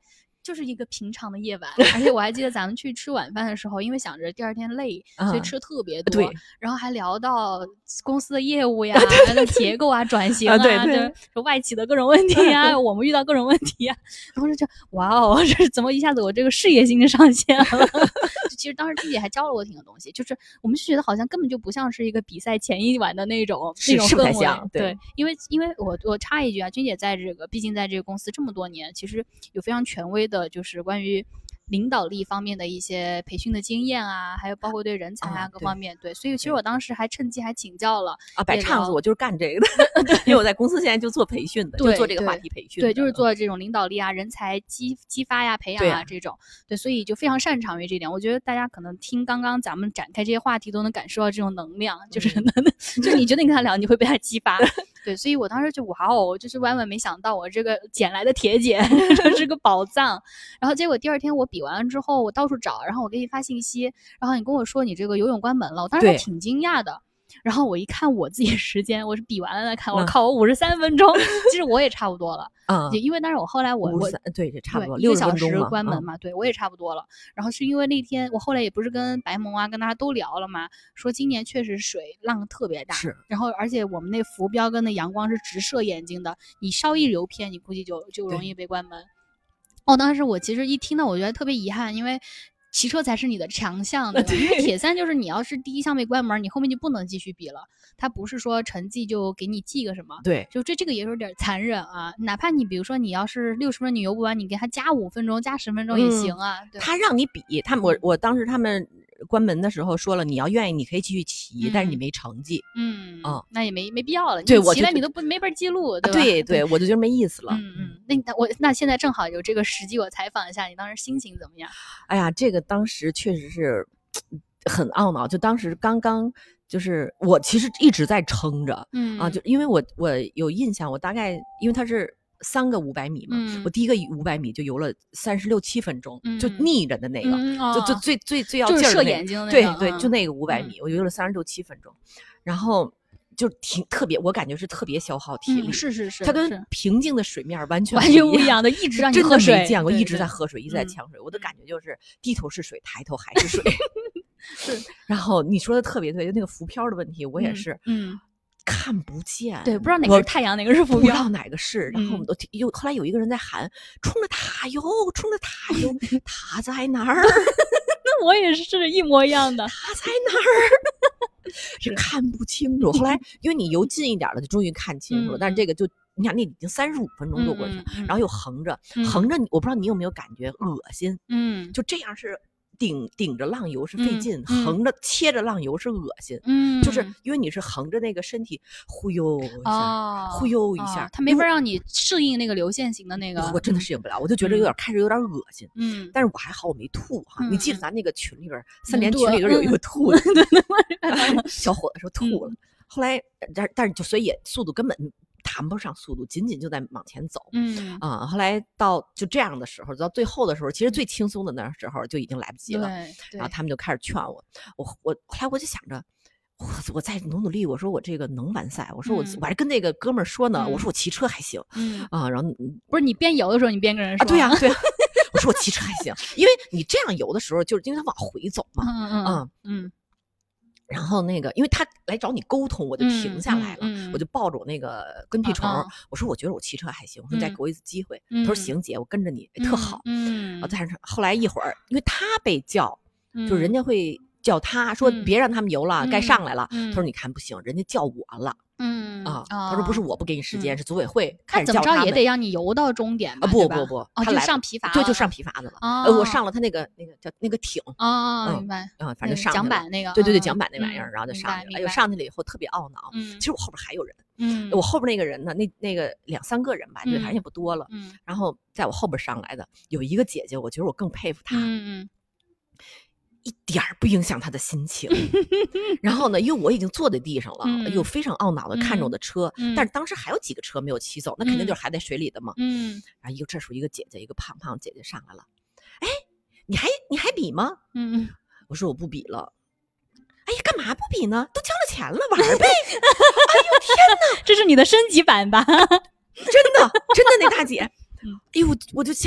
就是一个平常的夜晚，而且我还记得咱们去吃晚饭的时候，因为想着第二天累，所以吃特别多。 对， 然后还聊到公司的业务呀、结构啊、转型啊， 对， 说外企的各种问题啊，我们遇到各种问题啊，然后就哇哦，这是怎么一下子我这个事业心就上线了？其实当时君姐还教了我挺多东西，就是我们就觉得好像根本就不像是一个比赛前一晚的那种氛围。 像对，因为我插一句啊，君姐在这个毕竟在这个公司这么多年，其实有非常权威的，就是关于领导力方面的一些培训的经验啊，还有包括对人才啊各方面。对，所以其实我当时还趁机还请教了摆唱子，我就是干这个的，因为我在公司现在就做培训的，就做这个话题培训。 对，就是做这种领导力啊、人才激发呀、培养啊这种。对，所以就非常擅长于这点。我觉得大家可能听刚刚咱们展开这些话题，都能感受到这种能量，就是就你觉得你跟他聊，你会被他激发。对，所以我当时就哇哦，就是万万没想到我这个捡来的铁姐这是个宝藏。然后结果第二天我比完了之后，我到处找，然后我给你发信息，然后你跟我说你这个游泳关门了，我当时还挺惊讶的。然后我一看我自己的时间，我是比完了再看，我靠，我53分钟，其实我也差不多了。因为但是我后来我对，这差不多 1个小时关门嘛，对我也差不多了。然后是因为那天我后来也不是跟白萌啊跟大家都聊了嘛，说今年确实水浪特别大， 是。 然后而且我们那浮标跟那阳光是直射眼睛的，你稍一游偏，你估计就容易被关门。当时我其实一听到我觉得特别遗憾，因为骑车才是你的强项，对吧？因为铁三就是你要是第一项被关门，你后面就不能继续比了。它不是说成绩就给你记个什么， 对， 就这个也有点残忍啊。哪怕你比如说你要是60分你游不完，你给他加5分钟、加10分钟也行啊。对， 他让你比，我当时他们关门的时候说了，你要愿意你可以继续骑，但是你没成绩， 那也没必要了。 对， 你骑了你都没法记录，对吧？ 对，我就觉得没意思了。 那现在正好有这个时机，我采访一下你当时心情怎么样？ 哎呀，这个当时确实是很懊恼，就当时刚刚就是我其实一直在撑着，就因为我有印象，我大概因为它是3个500米嘛，我第一个500米就游了36、7分钟，就逆着的那个，就最要劲儿的那个， 就是射眼睛的那个，对，就那个500米，我游了36、7分钟，然后就挺特别，我感觉是特别消耗体力， 是， 它跟平静的水面完全不一样的，一直让你喝水，真的没见过， 对一直在喝水，一直在抢水，我的感觉就是低头是水，抬头还是水。 是， 然后你说的特别对，就那个浮漂的问题，我也是，看不见， 对，不知道哪个是太阳，哪个是浮漂， 不知道哪个是。然后后来有一个人在喊：“冲着塔游，冲着塔游，塔在哪儿？” 那我也是一模一样的， 塔在哪儿？是看不清楚。后来因为你游近一点了，就终于看清楚了。但是这个就你看，那已经35分钟多过去了，然后又横着，我不知道你有没有感觉恶心？就这样是。顶着浪游是费劲，横着切着浪游是恶心，就是因为你是横着那个身体忽悠一下，忽悠一下， 它没法让你适应那个流线型的那个， 我真的适应不了，我就觉得开始有点恶心，但是我还好我没吐哈，你记得咱那个群里边3连群里边有一个吐的，小伙子说吐了，后来但是所以也速度根本谈不上速度，仅仅就在往前走。后来到就这样的时候，到最后的时候，其实最轻松的那时候就已经来不及了。然后他们就开始劝我，后来我就想着，我再努力，我说我这个能完赛，我说我还跟那个哥们儿说呢，我说我骑车还行，然后不是你边游的时候，你边跟人说， 对呀，我说我骑车还行，因为你这样游的时候，就是因为他往回走嘛，然后那个，因为他来找你沟通，我就停下来了，我就抱着我那个跟屁虫，我说我觉得我骑车还行，我说你再给我一次机会。他说行姐，我跟着你，特好。但是后来一会儿，因为他被叫，就是人家会叫他说别让他们游了，该上来了。他说你看不行，人家叫我了。他说不是我不给你时间，是组委会开始叫他们。 怎么着也得让你游到终点吧？ 不， 他就上皮筏， 对，就上皮筏子了。我上了他那个叫那个艇。 明白。 反正上桨板那个， 对，桨板那玩意儿，然后就上去了。哎呦，上去了以后特别懊恼。其实我后边还有人。我后边那个人呢，那个2、3个人吧，因为反正也不多了。然后在我后边上来的有一个姐姐，我觉得我更佩服她。一点儿不影响他的心情，然后呢，因为我已经坐在地上了，又非常懊恼的看着我的车，但是当时还有几个车没有骑走，那肯定就是还在水里的嘛。然后这时候一个姐姐，一个胖胖姐姐上来了，哎，你还比吗？我说我不比了。哎呀，干嘛不比呢？都交了钱了，玩呗！哎呦天哪， 这是你的升级版吧？ 真的，那大姐，哎呦，我就想。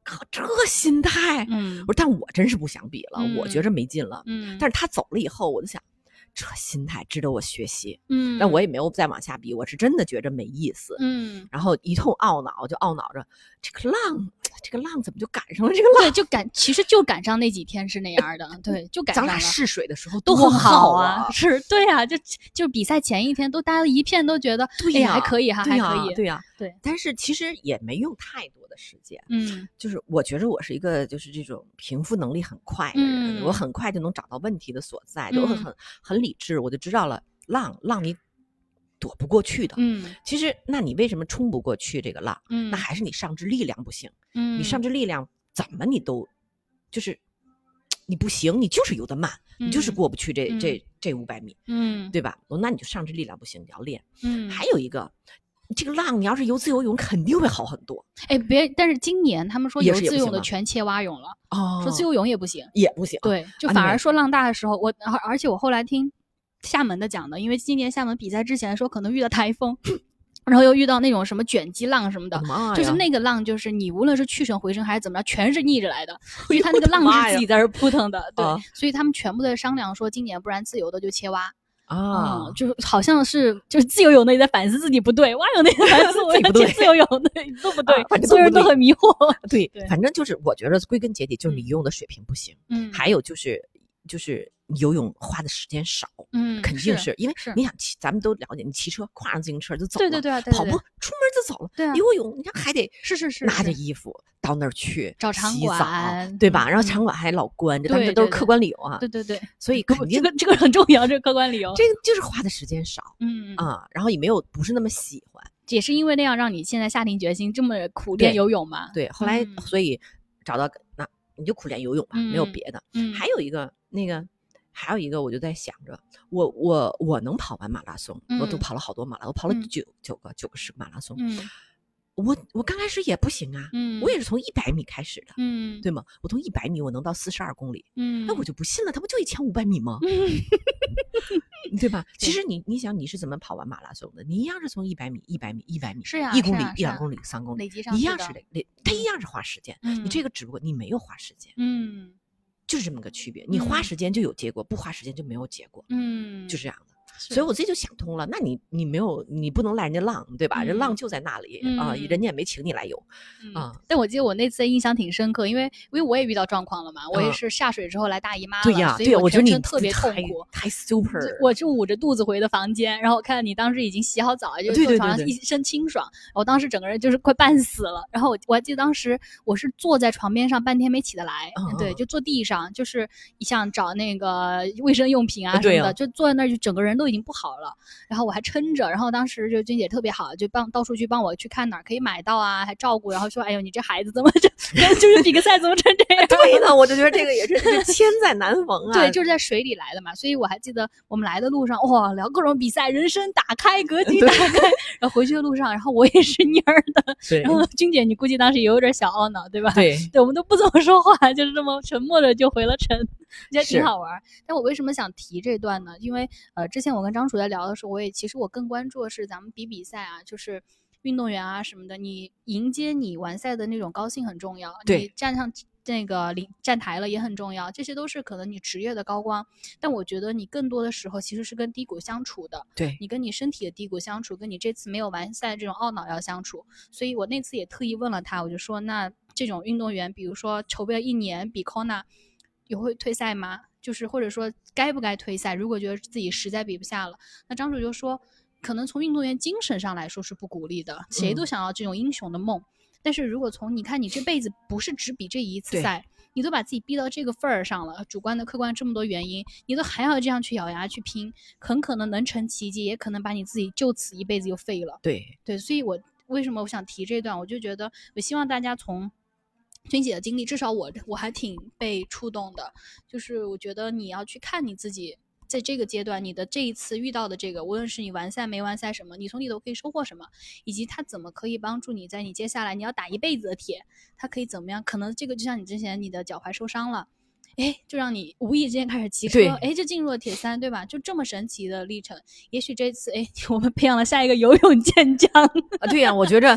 靠，这心态，我说但我真是不想比了，我觉着没劲了，但是他走了以后，我就想。这心态值得我学习，但我也没有再往下比，我是真的觉着没意思，然后一通懊恼，就懊恼着这个浪怎么就赶上了这个浪？ 对，其实就赶上那几天是那样的，对，就赶上了。 咱俩试水的时候都很好啊，是对啊，就比赛前一天都大家一片都觉得，哎呀还可以哈，还可以， 对呀， 对。 但是其实也没用太多的时间，就是我觉着我是一个就是这种平复能力很快的人，我很快就能找到问题的所在，就很理智，我就知道了浪你躲不过去的，其实那你为什么冲不过去这个浪？那还是你上肢力量不行，你上肢力量怎么你都就是你不行，你就是游得慢，你就是过不去这500米，对吧？那你就上肢力量不行，你要练。还有一个，这个浪你要是游自由泳肯定会好很多。 哎，但是今年他们说游自由泳的全切蛙泳了，说自由泳也不行，对，就反而说浪大的时候，而且我后来听厦门的讲的，因为今年厦门比赛之前说可能遇到台风。然后又遇到那种什么卷积浪什么的，就是那个浪，就是你无论是去程回程还是怎么着，全是逆着来的，因为他那个浪是自己在这扑腾的，对，所以他们全部在商量说，今年不然自由的就切蛙啊，就是好像是就是自由泳的也在反思自己不对，蛙泳的也在反思我要切自由泳的都不对，所有人都很迷惑。 对，反正就是我觉得归根结底就是你游泳的水平不行，还有就是你游泳花的时间少，肯定是因为你想咱们都了解，你骑车跨上自行车就走了， 对， 跑步出门就走了， 对啊， 游泳你看还得是拿着衣服到那儿去找场馆， 对吧？然后场馆还老关着，他们都是客观理由啊， 对， 所以肯定这个很重要，这个客观理由， 这个就是花的时间少，然后也不是那么喜欢， 也是因为那样让你现在下定决心这么苦练游泳嘛？ 对，后来所以找到那你就苦练游泳吧，没有别的。还有一个我就在想着，我能跑完马拉松，我都跑了好多马拉松，我跑了9个10个马拉松。我刚开始也不行啊，我也是从100米开始的，对吗？我从100米我能到42公里，那我就不信了，他不就1500米吗？对吧？其实你想你是怎么跑完马拉松的？你一样是从100米、100米、100米， 是呀 ，1公里、1、2公里、3公里， 累积上一样是它一样是花时间。你这个只不过你没有花时间，就是这么个区别。你花时间就有结果，不花时间就没有结果，就这样的。所以我自己就想通了，那你不能赖人家浪，对吧？人浪就在那里啊，人家也没请你来游啊。 但我记得我那次印象挺深刻，因为我也遇到状况了嘛，我也是下水之后来大姨妈了， 对呀， 所以我觉得你特别痛苦， 太 super。 我是捂着肚子回的房间，然后我看你当时已经洗好澡，就坐床上一身清爽，我当时整个人就是快半死了。然后我还记得当时我是坐在床边上半天没起得来，对，就坐地上，就是想找那个卫生用品啊什么的，就坐在那儿就整个人都已经不好了。然后我还撑着，然后当时就君姐特别好，就到处去帮我去看哪儿可以买到啊，还照顾，然后说哎呦你这孩子怎么就是比个赛怎么成这样？ 对呢，我就觉得这个也是千载难逢啊。 对，就是在水里来的嘛，所以我还记得我们来的路上哇聊各种比赛，人生打开，格局打开。然后回去的路上，然后我也是蔫儿的。 对， 然后君姐你估计当时也有点小懊恼对吧？ 对， 我们都不怎么说话，就是这么沉默的就回了城，觉得挺好玩。但我为什么想提这段呢？因为之前我跟张楚在聊的时候，其实我更关注的是咱们比赛啊，就是运动员啊什么的，你迎接你完赛的那种高兴很重要，你站上那个站台了也很重要，这些都是可能你职业的高光。但我觉得你更多的时候其实是跟低谷相处的， 对， 你跟你身体的低谷相处，跟你这次没有完赛这种懊恼要相处。所以我那次也特意问了他，我就说那这种运动员比如说筹备了1年比 Kona 也会退赛吗？就是或者说该不该退赛，如果觉得自己实在比不下了，那张主就说可能从运动员精神上来说是不鼓励的，谁都想要这种英雄的梦，但是如果从你看你这辈子不是只比这一次赛，你都把自己逼到这个份儿上了，主观的客观这么多原因，你都还要这样去咬牙去拼，很可能能成奇迹，也可能把你自己就此一辈子就废了。 对， 所以我为什么我想提这段，我就觉得我希望大家从君姐的经历，至少我还挺被触动的，就是我觉得你要去看你自己在这个阶段，你的这一次遇到的这个，无论是你完赛没完赛什么，你从里头可以收获什么，以及它怎么可以帮助你在你接下来你要打一辈子的铁，它可以怎么样？可能这个就像你之前你的脚踝受伤了，就让你无意之间开始骑车，就进入了铁3，对吧？就这么神奇的历程，也许这次我们培养了下一个游泳健将啊！对呀，我觉着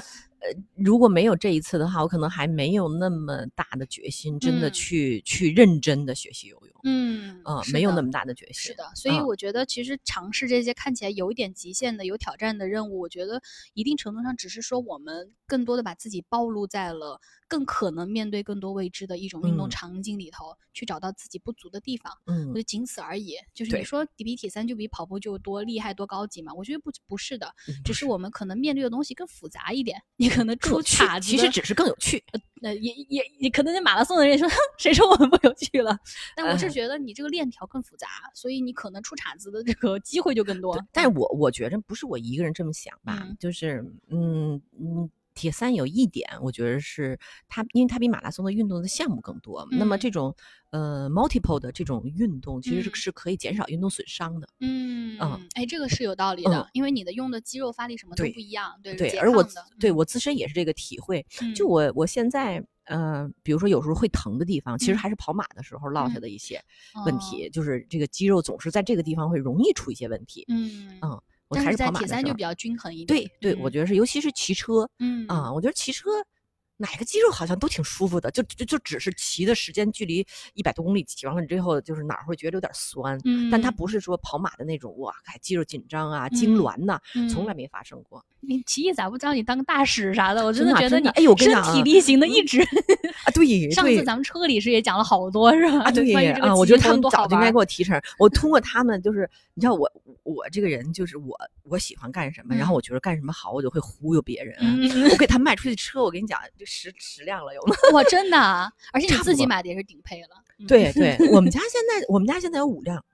如果没有这一次的话，我可能还没有那么大的决心，真的去认真的学习游泳。没有那么大的决心。 是的，所以我觉得其实尝试这些看起来有一点极限的、有挑战的任务，我觉得一定程度上只是说我们更多的把自己暴露在了更可能面对更多未知的一种运动场景里头，去找到自己不足的地方。我觉得仅此而已。就是你说比铁三就比跑步就多厉害多高级嘛？我觉得不是的，只是我们可能面对的东西更复杂一点，你可能出岔子， 其实只是更有趣。 也可能那马拉松的人说谁说我们不有趣了？但我是觉得你这个链条更复杂，所以你可能出岔子的这个机会就更多。 但是我觉得不是我一个人这么想吧，就是铁三有一点，我觉得是因为它比马拉松的运动的项目更多，那么这种multiple 的这种运动其实是可以减少运动损伤的。 这个是有道理的，因为你的用的肌肉发力什么都不一样，对， 而我自身也是这个体会。就我现在比如说有时候会疼的地方，其实还是跑马的时候落下的一些问题，就是这个肌肉总是在这个地方会容易出一些问题。我还是跑马的时候， 铁三就比较均衡一点。 对，我觉得是，尤其是骑车，我觉得骑车哪个肌肉好像都挺舒服的，就只是骑的时间距离100多公里，骑完了之后就是哪儿会觉得有点酸，但它不是说跑马的那种哇，肌肉紧张啊、痉挛呐，从来没发生过。 你骑一咋不招你当个大使啥的？我真的觉得你身体力行的一直对。 上次咱们车里是也讲了好多是吧？ 对我觉得他们早就应该给我提成。我通过他们就是你知道我这个人就是我喜欢干什么，然后我觉得干什么好，我就会忽悠别人。我给他卖出去车，我跟你讲，就10辆了有吗？ 哇，真的啊！而且你自己买的也是顶配了。 对，我们家现在有5辆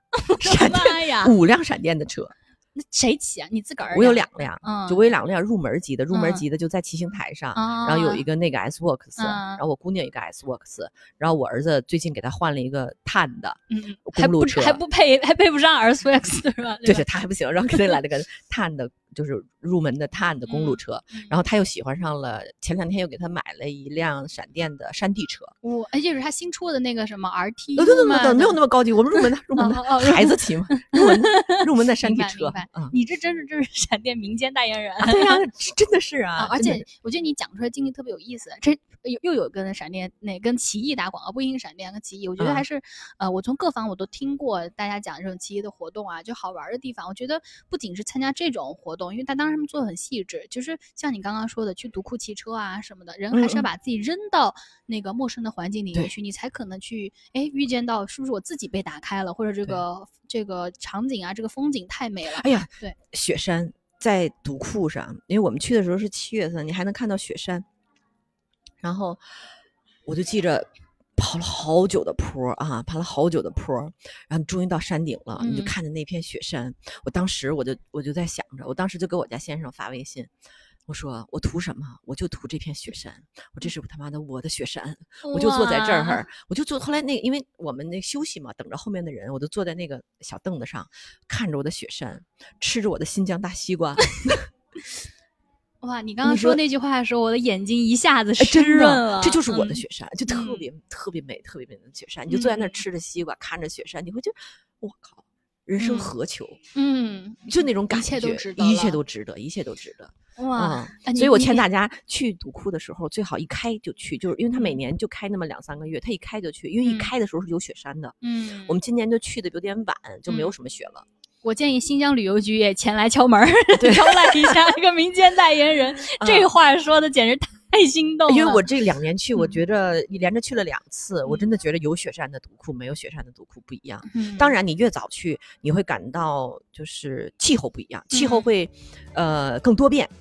5辆闪电的车。 那谁骑啊？你自个儿？ 我有2辆，就我有2辆入门级的就在骑行台上，然后有一个那个 S-Works，然后我姑娘有一个 S-Works，然后我儿子最近给他换了一个碳的公路车， 还配不上 S-Works 是吧？ 对，他还不行，然后给他来了个碳的，就是入门的碳的公路车，然后他又喜欢上了，前2天又给他买了一辆闪电的山地车。 就是他新出的那个什么 RT， 没有那么高级，我们入门的孩子骑嘛，入门的山地车。 你这真是闪电民间代言人。 对呀，真的是啊。 而且我觉得你讲出来经历特别有意思，这又有跟闪电跟奇艺打广告，不一定闪电跟奇艺，我觉得还是我从各方我都听过大家讲这种奇艺的活动啊，就好玩的地方。我觉得不仅是参加这种活动，因为他当时他们做的很细致，就是像你刚刚说的去独库骑车啊什么的，人还是要把自己扔到那个陌生的环境里面去，你才可能去预见到是不是我自己被打开了，或者这个场景啊，这个风景太美了。 哎呀，对，雪山在独库上，因为我们去的时候是7月份，你还能看到雪山。然后我就记着跑了好久的坡啊，然后终于到山顶了，你就看着那片雪山。我当时我就在想着，我当时就给我家先生发微信，我说我图什么？我就图这片雪山，这是他妈的我的雪山，我就坐在这儿，我就坐。后来因为我们那休息嘛，等着后面的人，我就坐在那个小凳子上，看着我的雪山，吃着我的新疆大西瓜。 哇，你刚刚说那句话的时候，我的眼睛一下子湿润了。 这就是我的雪山，就特别美的雪山。你就坐在那儿吃着西瓜，看着雪山，你会觉得我靠，人生何求？就那种感觉，一切都值得。 哇！ 所以我劝大家去独库的时候，最好一开就去，就是因为他每年就开那么2-3个月，他一开就去，因为一开的时候是有雪山的。我们今年就去的有点晚，就没有什么雪了。 我建议新疆旅游局也前来敲门招揽一下这个民间代言人。这话说的简直太心动了。 因为我这2年去，我觉着连着去了2次，我真的觉得有雪山的独库没有雪山的独库不一样。当然你越早去，你会感到就是气候不一样，气候会更多变。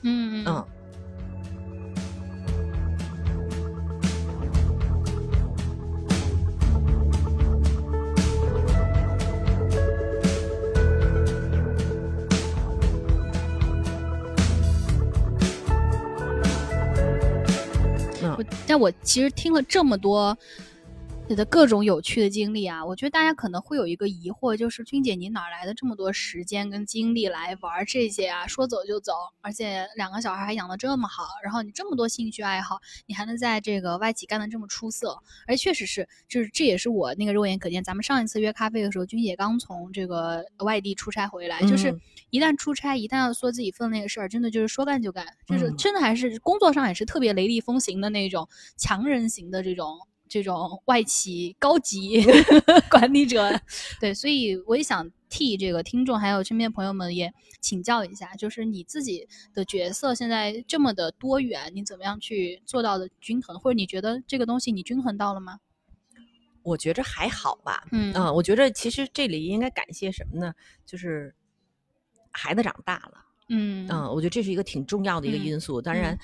但我其实听了这么多你的各种有趣的经历啊，我觉得大家可能会有一个疑惑，就是君姐你哪来的这么多时间跟精力来玩这些啊？说走就走，而且2个小孩还养得这么好，然后你这么多兴趣爱好，你还能在这个外企干得这么出色，而确实是，就是这也是我那个肉眼可见。咱们上一次约咖啡的时候，君姐刚从这个外地出差回来，就是一旦出差，一旦要说自己分内的事儿，真的就是说干就干，就是真的还是工作上也是特别雷厉风行的那种强人型的这种外企高级管理者。对，所以我也想替这个听众还有身边朋友们也请教一下，就是你自己的角色现在这么的多元，你怎么样去做到的均衡，或者你觉得这个东西你均衡到了吗？ 我觉着还好吧。我觉着其实这里应该感谢什么呢？就是孩子长大了。我觉得这是一个挺重要的一个因素。当然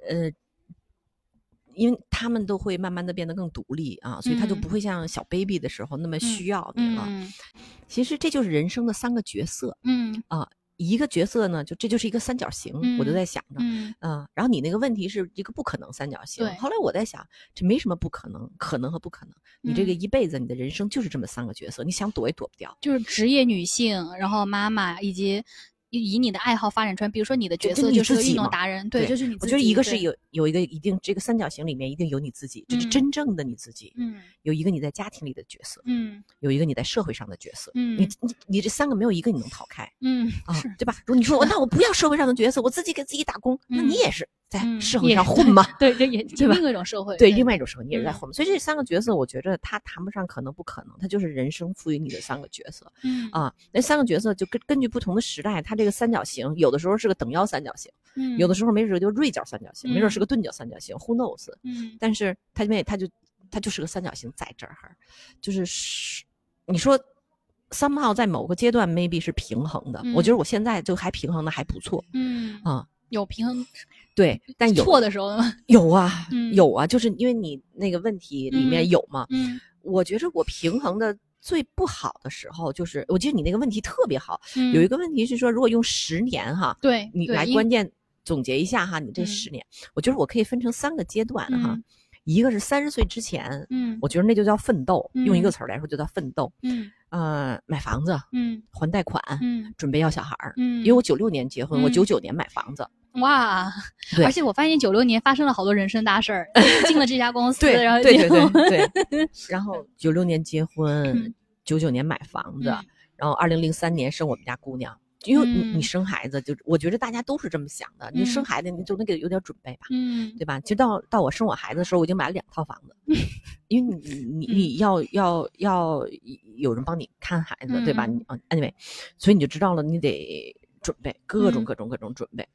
因为他们都会慢慢的变得更独立啊，所以他就不会像小 baby 的时候那么需要你了。其实这就是人生的3个角色。一个角色呢，这就是一个三角形。我就在想着，然后你那个问题是一个不可能三角形。后来我在想，这没什么不可能，可能和不可能。你这个一辈子，你的人生就是这么3个角色，你想躲也躲不掉。 就是职业女性，然后妈妈，以及以你的爱好发展出来，比如说你的角色就是个运动达人，对，就是你自己。 我觉得一个是有一个一定这个三角形里面一定有你自己，这是真正的你自己。有一个你在家庭里的角色，有一个你在社会上的角色。你这3个没有一个你能逃开。 是对吧？如果你说那我不要社会上的角色，我自己给自己打工，那你也是在社会上混嘛？ 对，这也是另外一种社会。 对，另外一种社会你也是在混嘛。所以这3个角色，我觉得它谈不上可能不可能，它就是人生赋予你的3个角色。那3个角色就根据不同的时代，它这个三角形有的时候是个等腰三角形，有的时候没准就锐角三角形，没准是个钝角三角形，who knows？但是它就是个三角形在这儿，就是你说somehow在某个阶段 maybe 是平衡的。我觉得我现在就还平衡的还不错。 有平衡， 对，但有错的时候吗？ 有啊，有啊，就是因为你那个问题里面有嘛。我觉着我平衡的最不好的时候，就是我记得你那个问题特别好。有一个问题是说，如果用10年哈， 对， 你来关键总结一下哈，你这10年，我觉得我可以分成3个阶段哈。一个是30岁之前，我觉得那就叫奋斗，用一个词来说就叫奋斗。买房子，还贷款，准备要小孩儿。因为我96年结婚，我99年买房子。 哇，而且我发现96年发生了好多人生大事儿，进了这家公司， 对， 然后对，然后96年结婚，99年买房子，然后2003年生我们家姑娘。因为你生孩子，就我觉得大家都是这么想的。你生孩子，你就那个有点准备吧，对吧？其实到我生我孩子的时候，我已经买了2套房子，因为你要有人帮你看孩子，对吧？anyway， 所以你就知道了，你得准备各种准备。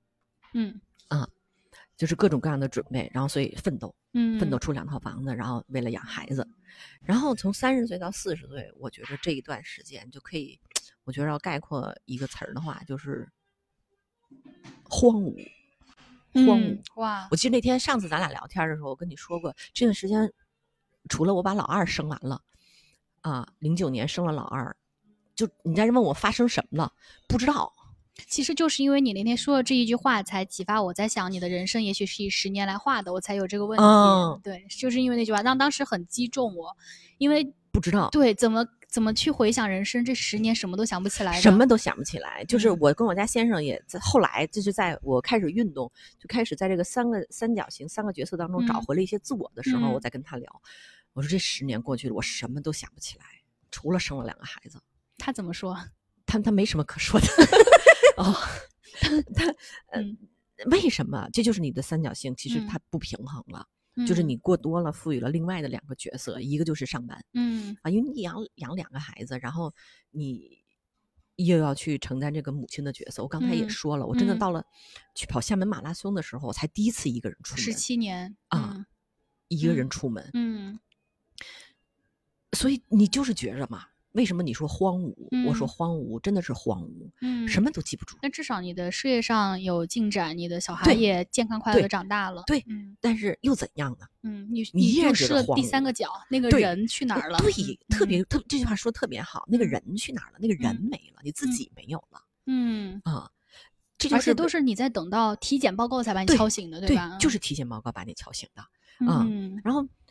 就是各种各样的准备，然后所以奋斗出2套房子，然后为了养孩子。然后从30岁到40岁，我觉得这一段时间就可以，我觉得要概括一个词儿的话，就是荒芜。 哇！ 我记得那天上次咱俩聊天的时候，我跟你说过，这段时间除了我把老2生完了，09年生了老2，就你在这问我发生什么了，不知道。 其实就是因为你那天说的这一句话，才启发我在想，你的人生也许是以10年来画的，我才有这个问题。对，就是因为那句话，当时很击中我，因为不知道对怎么去回想人生这10年，什么都想不起来， 什么都想不起来。就是我跟我家先生也在后来，就是在我开始运动，就开始在这个3个三角形3个角色当中找回了一些自我的时候，我在跟他聊，我说这10年过去了，我什么都想不起来，除了生了2个孩子。 他怎么说？ 他没什么可说的。为什么？这就是你的三角形，其实它不平衡了。就是你过多了，赋予了另外的2个角色，一个就是上班，因为你养2个孩子，然后你又要去承担这个母亲的角色。我刚才也说了，我真的到了去跑厦门马拉松的时候，我才第一次一个人出门 ，17年一个人出门，所以你就是觉着嘛。为什么你说荒芜？我说荒芜，真的是荒芜，什么都记不住。 但至少你的事业上有进展，你的小孩也健康快乐的长大了。 对，但是又怎样呢？ 你依然觉得荒芜。第3个角，那个人去哪儿了？ 对，特别这句话说特别好。那个人去哪儿了？那个人没了，你自己没有了。这就是， 而且都是你在等到体检报告才把你敲醒的，对吧？ 就是体检报告把你敲醒的。然后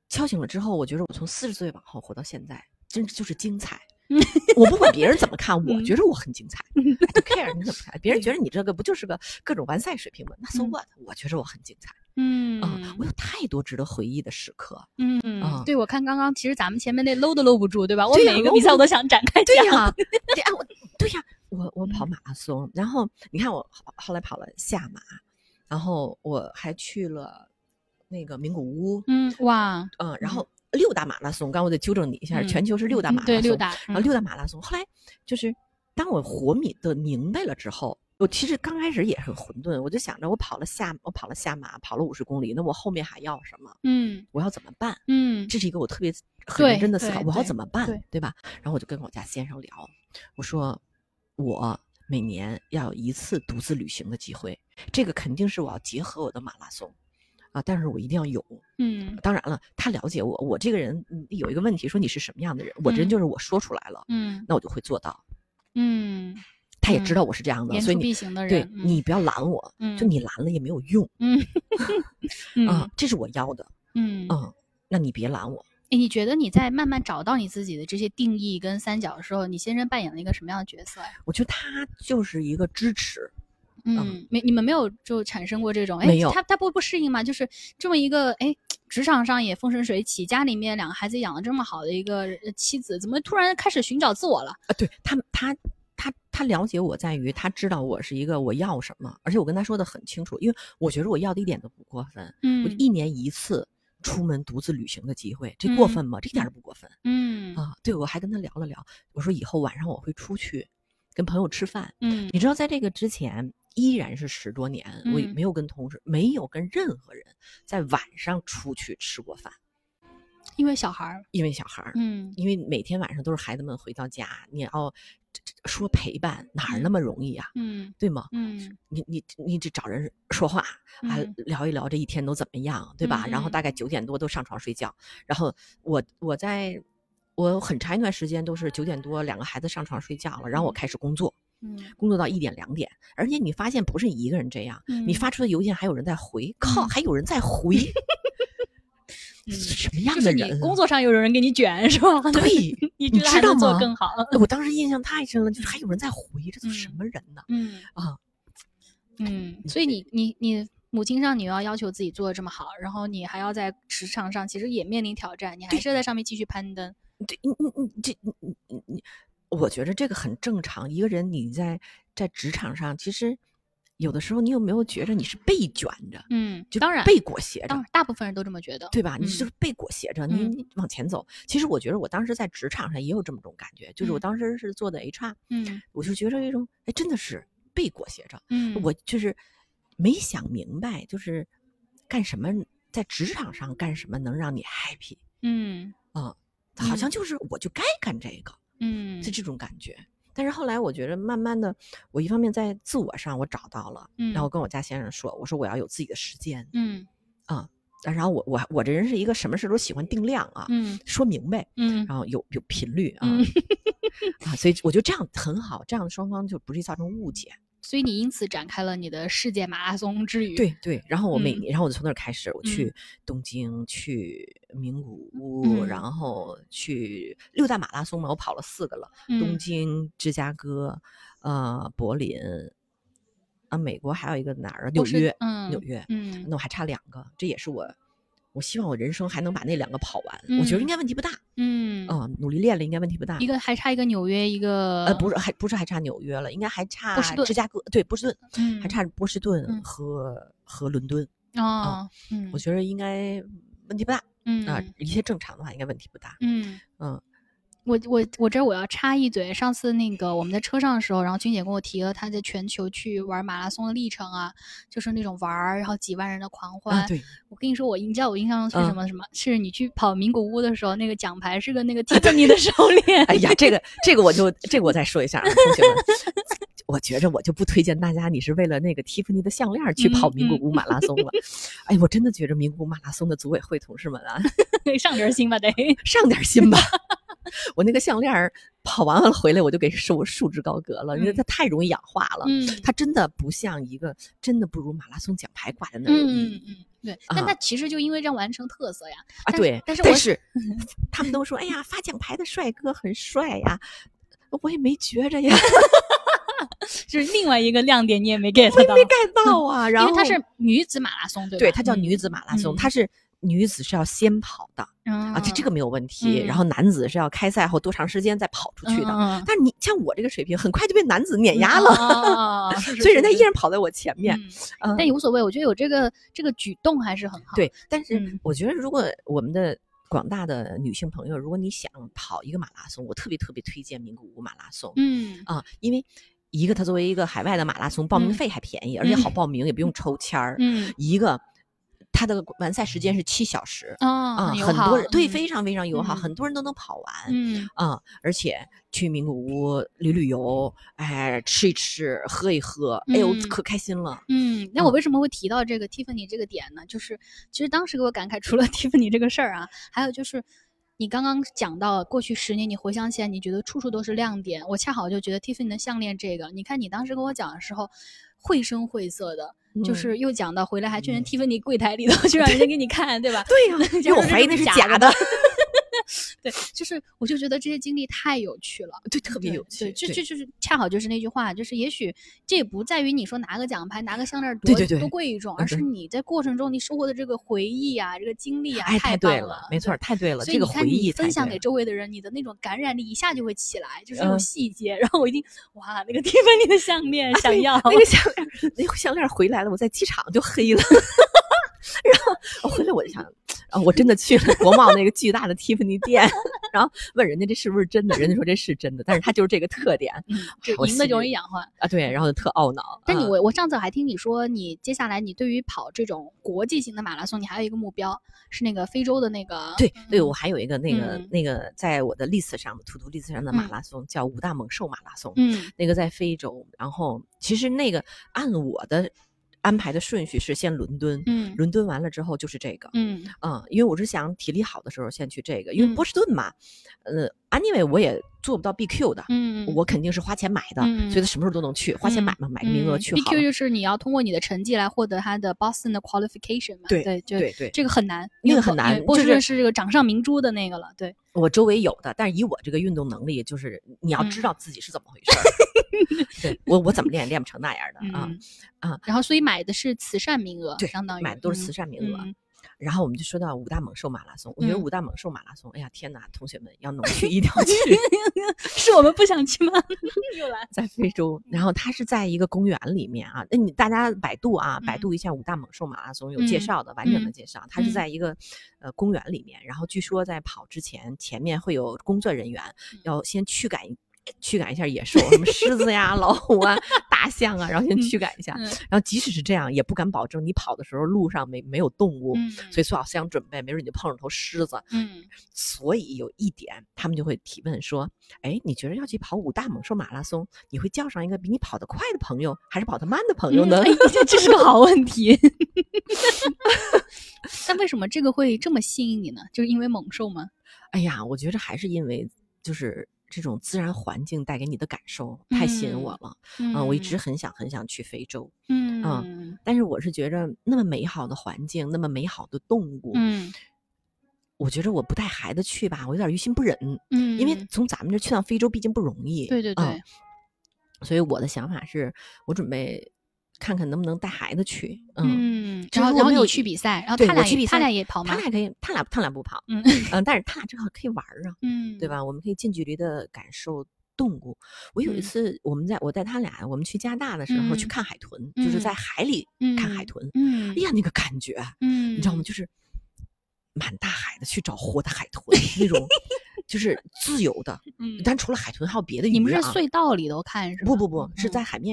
敲醒了之后，我觉得我从40岁往后活到现在，真就是精彩。我不管别人怎么看，我觉得我很精彩。I don't care 你怎么看，别人觉得你这个不就是个各种完赛水平吗？那 so what？我觉得我很精彩。我有太多值得回忆的时刻。 对，我看刚刚其实咱们前面那搂都搂不住，对吧？我每一个比赛我都想展开讲。 对呀，我跑马拉松，然后你看我后来跑了下马，然后我还去了那个名古屋。然后6大马拉松，刚刚我得纠正你一下，全球是6大马拉松。 对，6大。 然后6大马拉松，后来就是当我活明白了之后，我其实刚开始也很混沌，我就想着我跑了下马，跑了50公里，那我后面还要什么？我要怎么办？这是一个我很认真的思考，我要怎么办？对吧？然后我就跟我家先生聊，我说我每年要有一次独自旅行的机会，这个肯定是我要结合我的马拉松。但是我一定要有。当然了，他了解我这个人有一个问题，说你是什么样的人，我这人就是我说出来了，那我就会做到。他也知道我是这样的，所以言出必行的人， 对你不要拦我，就你拦了也没有用。这是我要的。那你别拦我。 你觉得你在慢慢找到你自己的这些定义跟三角的时候，你先生扮演了一个什么样的角色呀？ 我觉得他就是一个支持。 你们没有就产生过这种没有， 他不适应吗？就是这么一个职场上也风生水起，家里面2个孩子养得这么好的一个妻子，怎么突然开始寻找自我了？ 对，他了解我在于他知道我是一个我要什么，而且我跟他说的很清楚，因为我觉得我要的一点都不过分。我1年1次出门独自旅行的机会，这过分吗？这一点都不过分。对，我还跟他聊了聊，我说以后晚上我会出去跟朋友吃饭。你知道在这个之前依然是10多年，我没有跟同事，没有跟任何人在晚上出去吃过饭。 因为小孩， 因为每天晚上都是孩子们回到家，你要说陪伴，哪儿那么容易啊？对吗？你只找人说话，聊一聊这一天都怎么样，对吧？然后大概9点多都上床睡觉，然后我很长一段时间都是9点多2个孩子上床睡觉了，然后我开始工作。工作到1点2点，而且你发现不是一个人这样，你发出的邮件还有人在回，还有人在回。什么样的人？ 就是你工作上有人给你卷是吧？ 对， 你觉得还能做更好？ 我当时印象太深了，就是还有人在回，这都什么人呢？ 所以你母亲让你要求自己做得这么好，然后你还要在职场上其实也面临挑战，你还是在上面继续攀登。 对，我觉得这个很正常。一个人你在职场上，其实有的时候你有没有觉得你是被卷着？就当然被裹挟着， 大部分人都这么觉得， 对吧？你就是被裹挟着，你往前走。其实我觉得我当时在职场上也有这么种感觉，就是我当时是做的 HR，我就觉得一种真的是被裹挟着。我就是没想明白，就是干什么在职场上干什么能让你 happy。好像就是我就该干这个。是这种感觉。但是后来我觉得慢慢的，我一方面在自我上我找到了，然后跟我家先生说，我说我要有自己的时间。然后我这人是一个什么事都喜欢定量啊，说明白，然后有频率啊，所以我觉得这样很好，这样双方就不会造成误解。 所以你因此展开了你的世界马拉松之旅。 对，然后我然后我就从那儿开始，我去东京，去名古屋，然后去6大马拉松嘛，我跑了4个了，东京、芝加哥、柏林，美国还有一个哪儿？纽约，那我还差2个，这也是我希望我人生还能把那2个跑完，我觉得应该问题不大。努力练了应该问题不大。 还差一个纽约，一个不是还差纽约了，应该还差芝加哥，对，波士顿，还差波士顿和伦敦。我觉得应该问题不大。一切正常的话应该问题不大。 我这我要插一嘴，上次那个我们在车上的时候，然后君姐跟我提了她在全球去玩马拉松的历程啊，就是那种玩然后几万人的狂欢。 对， 我跟你说，你知道我印象中是什么？是你去跑名古屋的时候，那个奖牌是个那个蒂芙尼的手链。 哎呀，这个我再说一下啊，同学们，我觉着我就不推荐大家，你是为了那个蒂芙尼的项链去跑名古屋马拉松了。哎，我真的觉着名古屋马拉松的组委会同事们啊， 上点心吧，得上点心吧。 我那个项链跑完了回来，我就给束之高阁了，因为它太容易氧化了。它真的不像一个，真的不如马拉松奖牌挂在那儿容易。 对，但它其实就因为这样完成特色呀。 对， 但是他们都说，哎呀，发奖牌的帅哥很帅呀，我也没觉着呀。 就是另外一个亮点，你也没 get 到， 没 get 到啊。然后因为它是女子马拉松，对吧？ 对，它叫女子马拉松，它是女子是要先跑的这个没有问题。然后男子是要开赛后多长时间再跑出去的。但是你像我这个水平，很快就被男子碾压了，所以人家依然跑在我前面。 但也无所谓，我觉得有这个举动还是很好。 对，但是我觉得如果我们的广大的女性朋友，如果你想跑一个马拉松，我特别推荐名古屋马拉松。因为一个它作为一个海外的马拉松，报名费还便宜，而且好报名，也不用抽签儿。一个它的完赛时间是7小时很多人对非常非常友好，很多人都能跑完。而且去名古屋旅游，哎，吃一吃，喝一喝，哎呦，可开心了。 那我为什么会提到这个 Tiffany 这个点呢？就是其实当时给我感慨，除了 Tiffany 这个事儿啊，还有就是你刚刚讲到过去10年，你回想起来，你觉得处处都是亮点。我恰好就觉得 Tiffany 的项链这个，你看你当时跟我讲的时候，绘声绘色的，就是又讲到回来还去人 Tiffany 柜台里头去让人家给你看，对吧？ 对呀，因为我怀疑那是假的。 对，就是我就觉得这些经历太有趣了， 对，特别有趣。 这就是恰好就是那句话，就是也许这也不在于你说拿个奖牌、拿个项链多贵重，而是你在过程中你收获的这个回忆啊，这个经历啊， 太对了，没错，太对了。这个回忆分享给周围的人，你的那种感染力一下就会起来，就是那种细节。然后我一定哇，那个 Tiffany 的项链想要， 那个项链回来了，我在机场就黑了。然后我回来我就想，我真的去了国贸那个巨大的 Tiffany 店，然后问人家这是不是真的，人家说这是真的，但是它就是这个特点， 就赢的容易氧化对，然后就特懊恼。 但我上次还听你说，你接下来你对于跑这种国际型的马拉松，你还有一个目标是那个非洲的那个。 对，我还有一个那个在我的 list 上 to do list 上的马拉松，叫五大猛兽马拉松。那个在非洲，然后其实那个按我的安排的顺序是先伦敦，伦敦完了之后就是这个，因为我是想体力好的时候先去这个，因为波士顿嘛，anyway 我也做不到 BQ 的，我肯定是花钱买的，所以他什么时候都能去，花钱买嘛，买个名额去好了。 BQ 就是你要通过你的成绩来获得他的 Boston 的 qualification 嘛，对，这个很难， 那个很难， 波士顿是这个掌上明珠的那个了，对。 我周围有的，但是以我这个运动能力，就是你要知道自己是怎么回事。对，我怎么练不成那样的然后所以买的是慈善名额， 对， 相当于买的都是慈善名额。然后我们就说到五大猛兽马拉松，我觉得五大猛兽马拉松，哎呀天哪，同学们要能去一定要去。 是我们不想去吗？又来在非洲，然后它是在一个公园里面啊，那你大家百度一下五大猛兽马拉松有介绍的，完整的介绍。它是在一个公园里面，然后据说在跑之前，前面会有工作人员要先驱赶一下野兽，什么狮子呀、老虎啊、大象啊，然后先驱赶一下。然后即使是这样，也不敢保证你跑的时候路上没有动物，所以做好思想准备，没准你就碰上头狮子。所以有一点，他们就会提问说：“哎，你觉得要去跑五大猛兽马拉松，你会叫上一个比你跑得快的朋友，还是跑得慢的朋友呢？” 这是个好问题。但为什么这个会这么吸引你呢？就是因为猛兽吗？ 哎呀，我觉得还是因为就是这种自然环境带给你的感受太吸引我了。我一直很想去非洲。但是我是觉着那么美好的环境，那么美好的动物，我觉着我不带孩子去吧，我有点于心不忍。因为从咱们这去趟非洲毕竟不容易。 对。 所以我的想法是我准备看看能不能带孩子去。 然后你去比赛，然后他俩也跑吗？ 他俩可以，他俩不跑。但是他俩正好可以玩啊。对吧？我们可以近距离的感受动物。我有一次我带他俩，我们去加拿大的时候去看海豚，就是在海里看海豚。哎呀，那个感觉，你知道吗？就是满大海的去找活的海豚，那种就是自由的。但除了海豚还有别的鱼。 你们是隧道里头看是吧？ 不，是在海面上。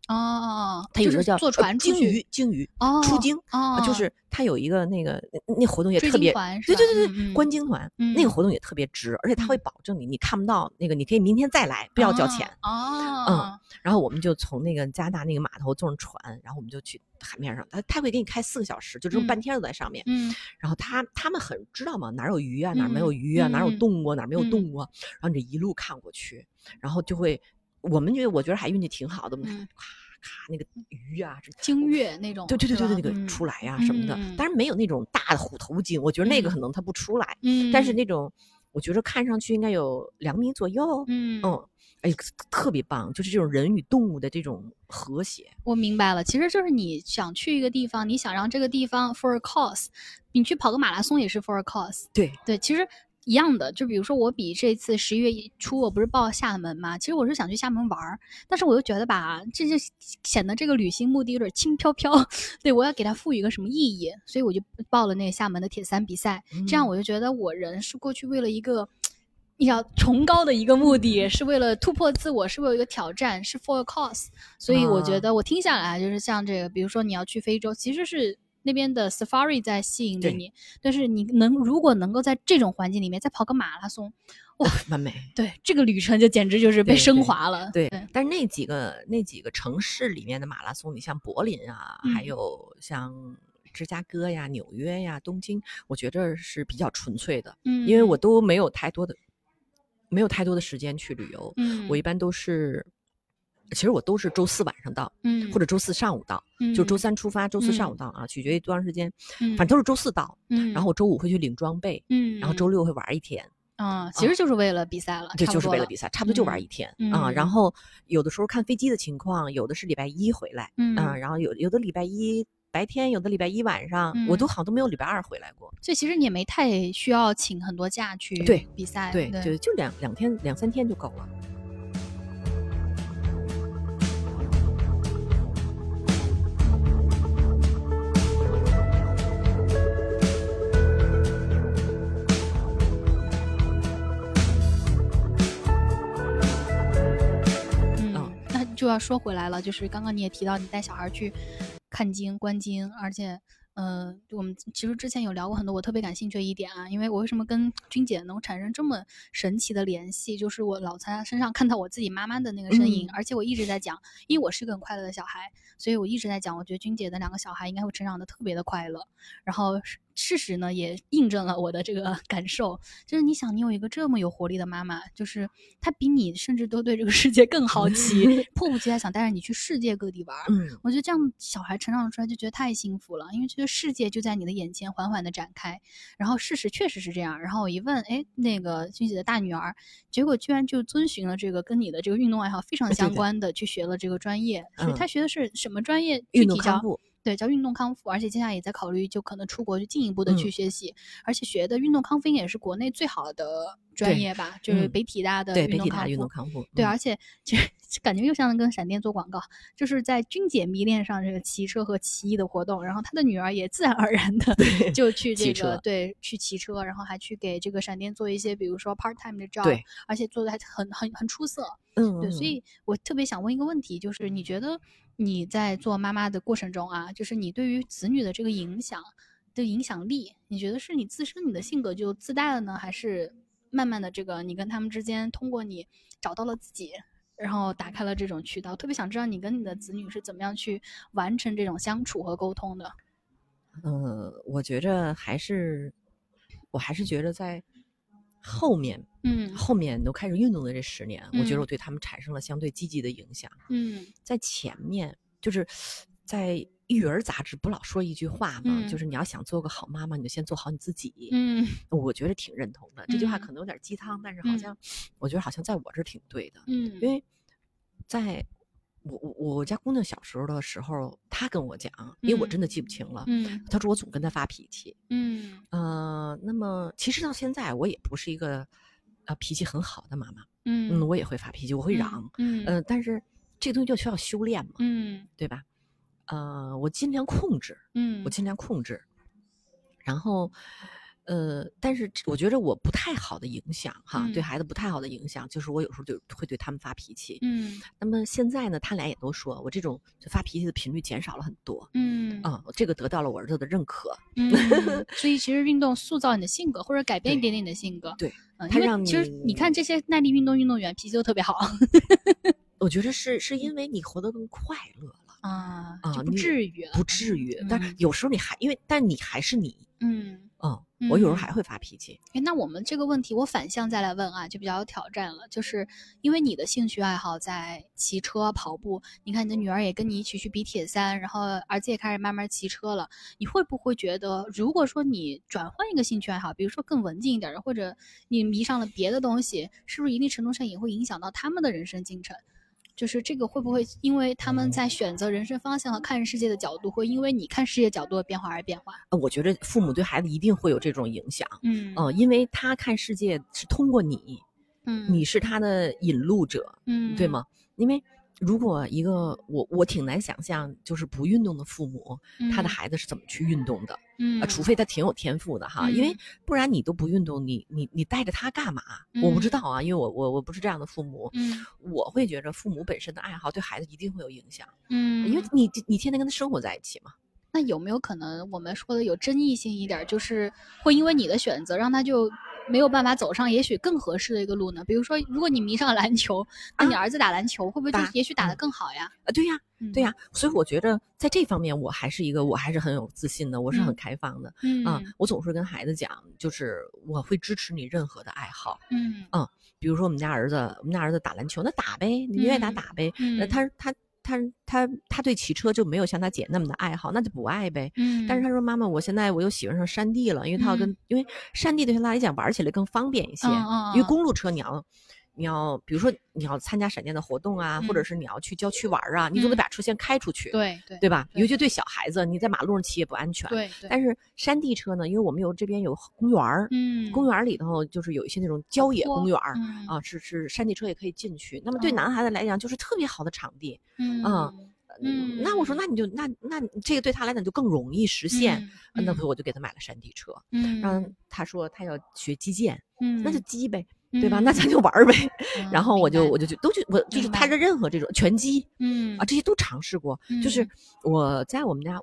它有一个叫坐船鲸鱼出鲸就是它有一个那活动也特别，对，观鲸团那个活动也特别值，而且它会保证你看不到你可以明天再来，不要交钱然后我们就从那个加拿大那个码头坐上船，然后我们就去海面上，他会给你开4个小时，就这种半天都在上面然后他们很知道嘛，哪有鱼啊，哪没有鱼啊，哪有动物啊，哪没有动物啊然后你这一路看过去，然后就会我觉得海运气挺好的，咔那个鱼啊， 鲸跃那种， 对那个出来呀什么的，当然没有那种大的虎头鲸，我觉得那个可能它不出来但是那种我觉得看上去应该有2米左右特别棒，就是这种人与动物的这种和谐。 我明白了，其实就是你想去一个地方，你想让这个地方 for a cause， 你去跑个马拉松也是 for a cause。 对，其实一样的，就比如说我比这次11月初我不是报厦门嘛，其实我是想去厦门玩，但是我又觉得吧，这就显得这个旅行目的有点轻飘飘，对，我要给它赋予一个什么意义，所以我就报了那个厦门的铁三比赛这样我就觉得我人是过去为了一个要崇高的一个目的，是为了突破自我，是为了一个挑战，是 for a cause。 所以我觉得我听下来就是像这个，比如说你要去非洲，其实是那边的 safari 在吸引着你，但是你如果能够在这种环境里面再跑个马拉松，哇， 完美。 对，这个旅程就简直就是被升华了。 对，但是那几个城市里面的马拉松，你像柏林啊还有像芝加哥呀、纽约呀、东京，我觉得是比较纯粹的因为我都没有太多的时间去旅游我一般都是其实我都是周4晚上到或者周4上午到就周3出发周4上午到取决于多长时间反正都是周4到然后我周5会去领装备然后周6会玩1天其实就是为了比赛了对，就是为了比赛差不多就玩1天然后有的时候看飞机的情况，有的是礼拜1回来然后有的礼拜1白天，有的礼拜1晚上我都好像都没有礼拜2回来过， 所以其实你也没太需要请很多假去比赛， 对，就2天2、3天就够了。 那就要说回来了，就是刚刚你也提到你带小孩去看鲸观鲸，而且我们其实之前有聊过很多我特别感兴趣的一点因为我为什么跟君姐能产生这么神奇的联系，就是我老在她身上看到我自己妈妈的那个身影而且我一直在讲，因为我是个很快乐的小孩，所以我一直在讲我觉得君姐的2个小孩应该会成长的特别的快乐，然后事实呢也印证了我的这个感受，就是你想你有一个这么有活力的妈妈，就是她比你甚至都对这个世界更好奇迫不及待想带着你去世界各地玩我觉得这样小孩成长出来就觉得太幸福了，因为这个世界就在你的眼前缓缓的展开，然后事实确实是这样，然后我一问那个君姐的大女儿，结果居然就遵循了这个跟你的这个运动爱好非常相关的去学了这个专业，所以她学的是什么专业？ 运动康复， 对，叫运动康复，而且接下来也在考虑就可能出国去进一步的去学习而且学的运动康复也是国内最好的专业吧，就是北体大的运动康复对，而且其实感觉又像跟闪电做广告，就是在君姐迷恋上这个骑车和骑艺的活动，然后她的女儿也自然而然的就去这个对去骑车，然后还去给这个闪电做一些比如说 part time 的 job， 对，而且做的还很出色对，所以我特别想问一个问题，就是你觉得你在做妈妈的过程中就是你对于子女的这个影响力，你觉得是你自身你的性格就自带了呢，还是慢慢的这个你跟他们之间通过你找到了自己，然后打开了这种渠道？特别想知道你跟你的子女是怎么样去完成这种相处和沟通的。 我觉着我还是觉得在后面都开始运动的这10年我觉得我对他们产生了相对积极的影响在前面就是在育儿杂志不老说一句话吗就是你要想做个好妈妈你就先做好你自己我觉得挺认同的这句话可能有点鸡汤但是好像我觉得好像在我这儿挺对的因为在我家姑娘小时候的时候她跟我讲因为我真的记不清了她说我总跟她发脾气那么其实到现在我也不是一个脾气很好的妈妈我也会发脾气我会嚷但是这个东西就需要修炼嘛对吧我尽量控制然后但是我觉得我不太好的影响哈， 嗯对孩子不太好的影响，就是我有时候就会对他们发脾气。 嗯那么现在呢，他俩也都说我这种发脾气的频率减少了很多。这个得到了我儿子的认可。 所以其实运动塑造你的性格，或者改变一点点你的性格。 对， 他让其实你看这些耐力运动员脾气都特别好。 我觉得是因为你活得更快乐了就不至于了， 不至于。但是有时候你还但你还是你。我有时候还会发脾气。 那我们这个问题我反向再来问啊，就比较有挑战了。就是因为你的兴趣爱好在骑车跑步，你看你的女儿也跟你一起去比铁三，然后儿子也开始慢慢骑车了，你会不会觉得如果说你转换一个兴趣爱好，比如说更文静一点的，或者你迷上了别的东西，是不是一定程度上也会影响到他们的人生进程？就是这个会不会因为他们在选择人生方向和看世界的角度，会因为你看世界角度的变化而变化？ 我觉得父母对孩子一定会有这种影响。因为他看世界是通过你，你是他的引路者，对吗？因为如果一个我挺难想象，就是不运动的父母，他的孩子是怎么去运动的？除非他挺有天赋的哈，因为不然你都不运动，你带着他干嘛？我不知道啊，因为我不是这样的父母。我会觉得父母本身的爱好对孩子一定会有影响。因为你天天跟他生活在一起嘛。 那有没有可能我们说的有争议性一点，就是会因为你的选择让他就没有办法走上也许更合适的一个路呢？比如说如果你迷上了篮球，那你儿子打篮球会不会就也许打得更好呀？ 对呀，所以我觉得在这方面我还是很有自信的，我是很开放的。我总是跟孩子讲，就是我会支持你任何的爱好。比如说我们家儿子打篮球，那打呗，你愿意打呗。他对骑车就没有像他姐那么的爱好，那就不爱呗。但是他说妈妈，我现在我又喜欢上山地了，因为他要因为山地对他来讲玩起来更方便一些。因为公路车你要比如说你要参加闪电的活动啊，或者是你要去郊区玩啊，你总得把车先开出去，对吧？尤其对小孩子，你在马路上骑也不安全。但是山地车呢，因为我们这边有公园，公园里头就是有一些那种郊野公园是山地车也可以进去。那么对男孩子来讲就是特别好的场地。那我说那你就那这个对他来讲就更容易实现。那我就给他买了山地车。让他说他要学击剑，那就击呗。对吧？那咱就玩呗。然后我就是他的任何这种拳击，这些都尝试过。就是我在我们家，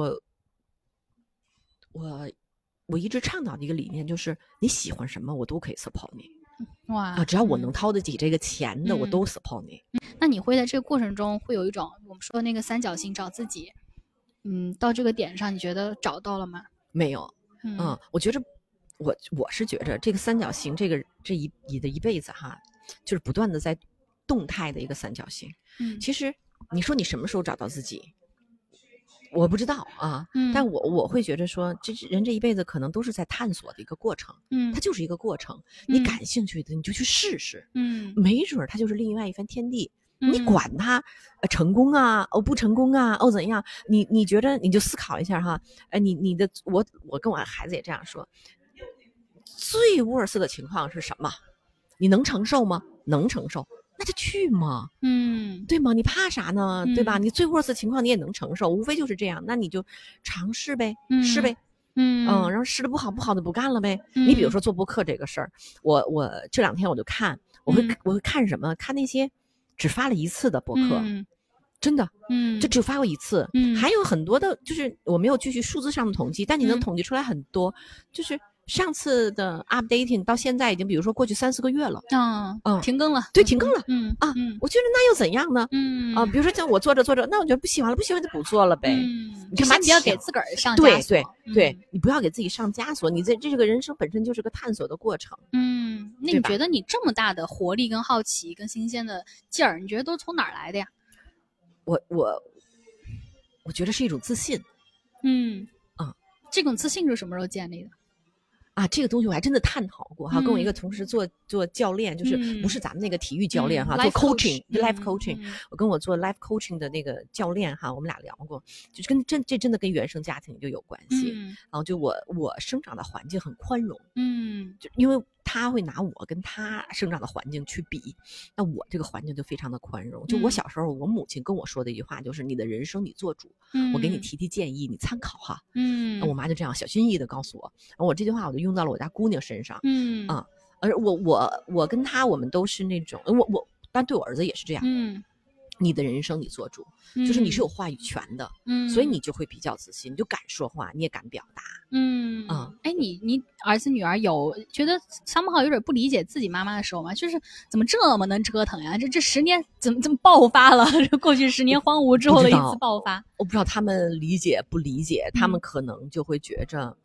我一直倡导的一个理念就是你喜欢什么，我都可以 support 你。 哇！ 只要我能掏得起这个钱的，我都 support 你。 那你会在这个过程中会有一种我们说那个三角形找自己，到这个点上，你觉得找到了吗？ 没有。我觉着。我是觉着这个三角形，你的一辈子哈，就是不断的在动态的一个三角形。其实你说你什么时候找到自己，我不知道啊。但我会觉得说，人这一辈子可能都是在探索的一个过程。它就是一个过程。你感兴趣的你就去试试。没准它就是另外一番天地。你管他成功啊，不成功啊，怎样？你觉得你就思考一下哈。我跟我孩子也这样说。最 worst 的情况是什么？你能承受吗？能承受，那就去嘛。对吗？你怕啥呢？对吧？你最 worst 的情况你也能承受，无非就是这样。那你就尝试呗，试呗。然后试的不好的不干了呗。你比如说做播客这个事儿，我这2天我就看，我会看什么？看那些只发了1次的播客。真的，就只发过1次。还有很多的，就是我没有继续数字上的统计，但你能统计出来很多，就是上次的 updating 到现在已经比如说过去3-4个月了。 停更了。 对，停更了。我觉得那又怎样呢？比如说像我做着，那我觉得不喜欢了，不喜欢就不做了呗。你干嘛不要给自个儿上枷锁？ 对，你不要给自己上枷锁。你这个人生本身就是个探索的过程。 那你觉得你这么大的活力跟好奇跟新鲜的劲儿，你觉得都从哪儿来的呀？ 我觉得是一种自信。 这种自信是什么时候建立的？ 这个东西我还真的探讨过哈，跟我一个同事做做教练，就是不是咱们那个体育教练哈，做 life coaching，我跟我做 life coaching 的那个教练哈，我们俩聊过，就是这真的跟原生家庭就有关系。然后就我生长的环境很宽容，就因为他会拿我跟他生长的环境去比，那我这个环境就非常的宽容。就我小时候，我母亲跟我说的一句话就是：“你的人生你做主，我给你提建议，你参考哈。”那我妈就这样小心翼翼的告诉我，然后我这句话我就用到了我家姑娘身上。而我跟他，我们都是那种，但对我儿子也是这样。你的人生你做主，就是你是有话语权的，所以你就会比较自信，你就敢说话，你也敢表达。 你儿子女儿有觉得somehow有点不理解自己妈妈的时候吗？就是怎么这么能折腾呀？这10年怎么这么爆发了？过去10年荒芜之后的一次爆发， 我不知道他们理解不理解，他们可能就会觉着，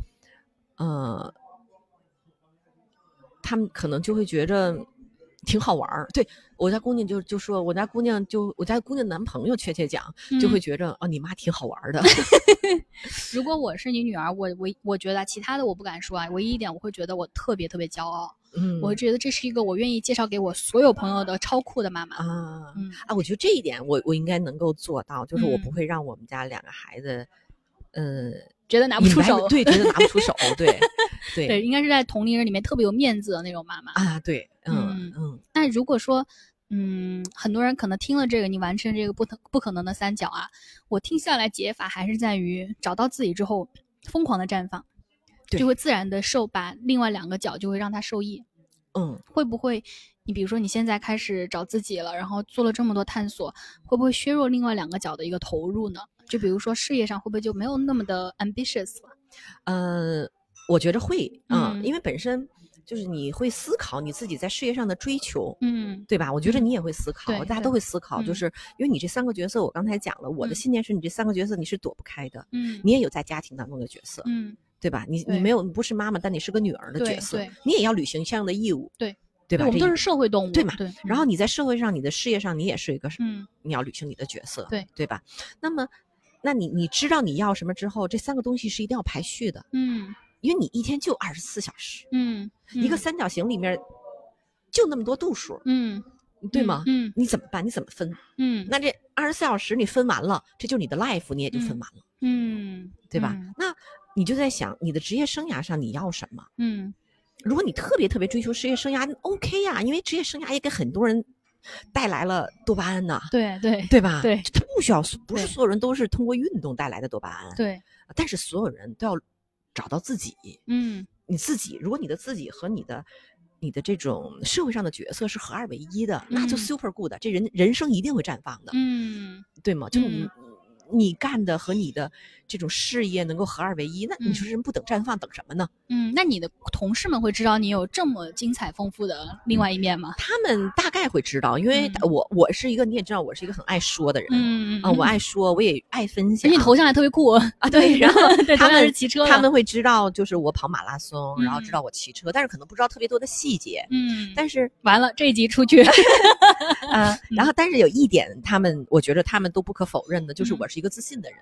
他们可能就会觉着挺好玩儿。对，我家姑娘就说，我家姑娘男朋友确切讲就会觉着你妈挺好玩的。 如果我是你女儿，我觉得其他的我不敢说啊，唯一一点我会觉得我特别特别骄傲。我会觉得这是一个我愿意介绍给我所有朋友的超酷的妈妈我觉得这一点我应该能够做到，就是我不会让我们家2个孩子觉得拿不出手， 对，觉得拿不出手，对对，应该是在同龄人里面特别有面子的那种妈妈啊，对， 那如果说很多人可能听了这个，你完成这个不可能的3角啊，我听下来解法还是在于找到自己之后疯狂的绽放，就会自然的把另外2个角就会让它受益。会不会你比如说你现在开始找自己了，然后做了这么多探索，会不会削弱另外2个角的一个投入呢？就比如说事业上会不会就没有那么的 ambitious 了？ 我觉得会因为本身就是你会思考你自己在事业上的追求，对吧？我觉得你也会思考，大家都会思考，就是因为你这3个角色，我刚才讲了，我的信念是你这3个角色你是躲不开的，你也有在家庭当中的角色，对吧？你不是妈妈，但你是个女儿的角色，你也要履行相应的义务，对吧？ 我们都是社会动物， 对嘛？对。然后你在社会上，你的事业上，你也是一个，你要履行你的角色，对吧？那你知道你要什么之后，这3个东西是一定要排序的，因为你一天就24小时，一个3角形里面就那么多度数，对吗？你怎么办？你怎么分？那这24小时你分完了，这就是你的 life， 你也就分完了，对吧？那你就在想你的职业生涯上你要什么？如果你特别特别追求事业生涯 ，OK 呀，因为职业生涯也给很多人带来了多巴胺呐，对吧？ 对， 他不需要，不是所有人都是通过运动带来的多巴胺， 对， 但是所有人都要找到自己，你自己，如果你的自己和你的这种社会上的角色是合二为一的，那就 super good， 这人生一定会绽放的，对吗？就你干的和你的这种事业能够合二为一，那你说人不等绽放，等什么呢？ 那你的同事们会知道你有这么精彩丰富的另外一面吗？ 他们大概会知道，因为我是一个，你也知道我是一个很爱说的人，我爱说，我也爱分享， 而且你头像还特别酷啊， 对，然后他们是骑车， 他们会知道就是我跑马拉松，然后知道我骑车，但是可能不知道特别多的细节，但是完了这一集出去， 然后但是有一点，我觉得他们都不可否认的，就是我是一个自信的人，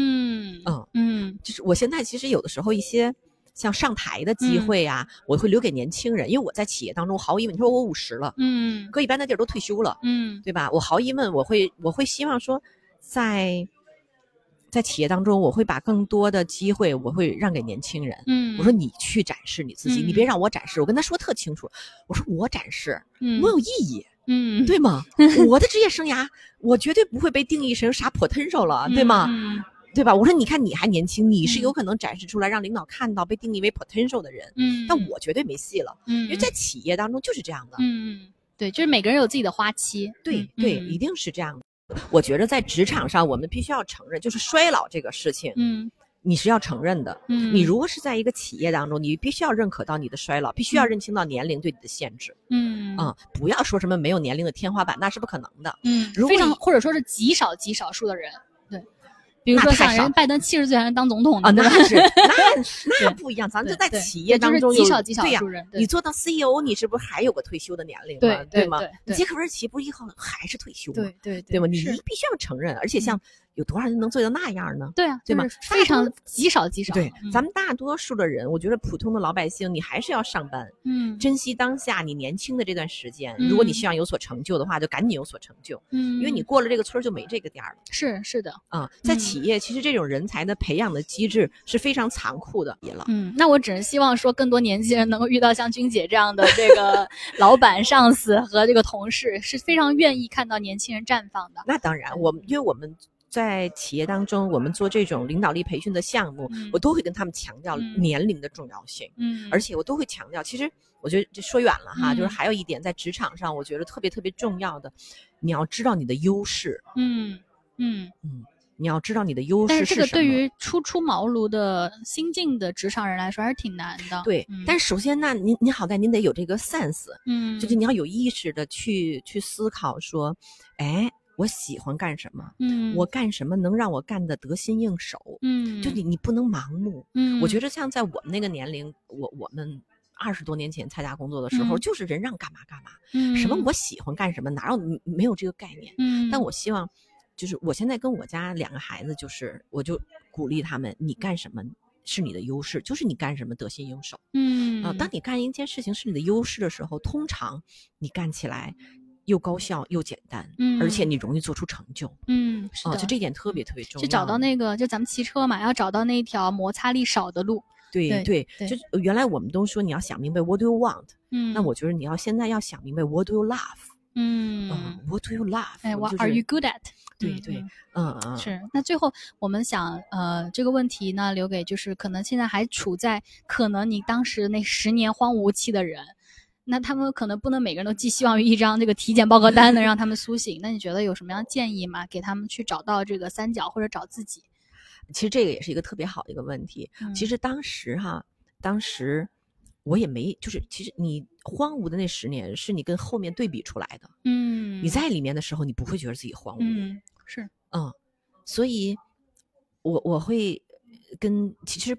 就是我现在其实有的时候一些像上台的机会啊，我会留给年轻人，因为我在企业当中毫无疑问，你说我50了，搁一般的地儿都退休了，对吧？我毫无疑问，我会希望说，在企业当中，我会把更多的机会我会让给年轻人，我说你去展示你自己，你别让我展示，我跟他说特清楚，我说我展示，我有意义。对吗？我的职业生涯，我绝对不会被定义成啥potential了，对吗？对吧？我说你看你还年轻，你是有可能展示出来让领导看到被定义为 potential 的人，但我绝对没戏了，因为在企业当中就是这样的， 对，就是每个人有自己的花期， 对，一定是这样的。我觉得在职场上，我们必须要承认，就是衰老这个事情，你是要承认的，你如果是在一个企业当中，你必须要认可到你的衰老，必须要认清到年龄对你的限制，不要说什么没有年龄的天花板，那是不可能的， 非常或者说是极少数的人，对， 比如说像人拜登70岁还能当总统啊， 那那不一样，咱们就在企业当中极少数人。 你做到 CEO， 你是不是还有个退休的年龄嘛？对吗？你杰克韦尔奇不是以后还是退休吗？对吗？你必须要承认，而且像有多少人能做到那样呢？ 对啊， 对吗？ 非常极少。 对，咱们大多数的人，我觉得普通的老百姓，你还是要上班，珍惜当下你年轻的这段时间。如果你希望有所成就的话，就赶紧有所成就，因为你过了这个村就没这个店了。 是的， 在企业，其实这种人才的培养的机制是非常残酷的， 那我只是希望说，更多年轻人能够遇到像君姐这样的这个老板、上司和这个同事，是非常愿意看到年轻人绽放的。 那当然，因为我们在企业当中，我们做这种领导力培训的项目，我都会跟他们强调年龄的重要性。而且我都会强调，其实我觉得这说远了哈，就是还有一点在职场上，我觉得特别特别重要的，你要知道你的优势。你要知道你的优势是什么。但是这个对于初茅庐的新进的职场人来说还是挺难的。 对，但是首先呢，您好在您得有这个 sense，就是你要有意识的去思考说，哎，我喜欢干什么？我干什么能让我干得得心应手？就你不能盲目。我觉得像在我们那个年龄，我们20多年前参加工作的时候，就是人让干嘛干嘛。什么我喜欢干什么，哪有没有这个概念？但我希望，就是我现在跟我家2个孩子，就是我就鼓励他们，你干什么是你的优势，就是你干什么得心应手。当你干一件事情是你的优势的时候，通常你干起来又高效又简单，而且你容易做出成就。 是的， 就这点特别特别重要。 就找到那个，就咱们骑车嘛，要找到那条摩擦力少的路。 对，就原来我们都说你要想明白 what do you want，那我觉得你现在要想明白 what do you love。what do you love？ What are you good at？ 对， 是。那最后我们想，这个问题呢，留给就是可能现在还处在可能你当时那10年荒芜期的人，那他们可能不能每个人都寄希望于一张这个体检报告单能让他们苏醒。那你觉得有什么样的建议吗？给他们去找到这个三角或者找自己？ 其实这个也是一个特别好的一个问题。其实当时我也没，就是其实你荒芜的那10年是你跟后面对比出来的。你在里面的时候，你不会觉得自己荒芜。 是。 所以我会跟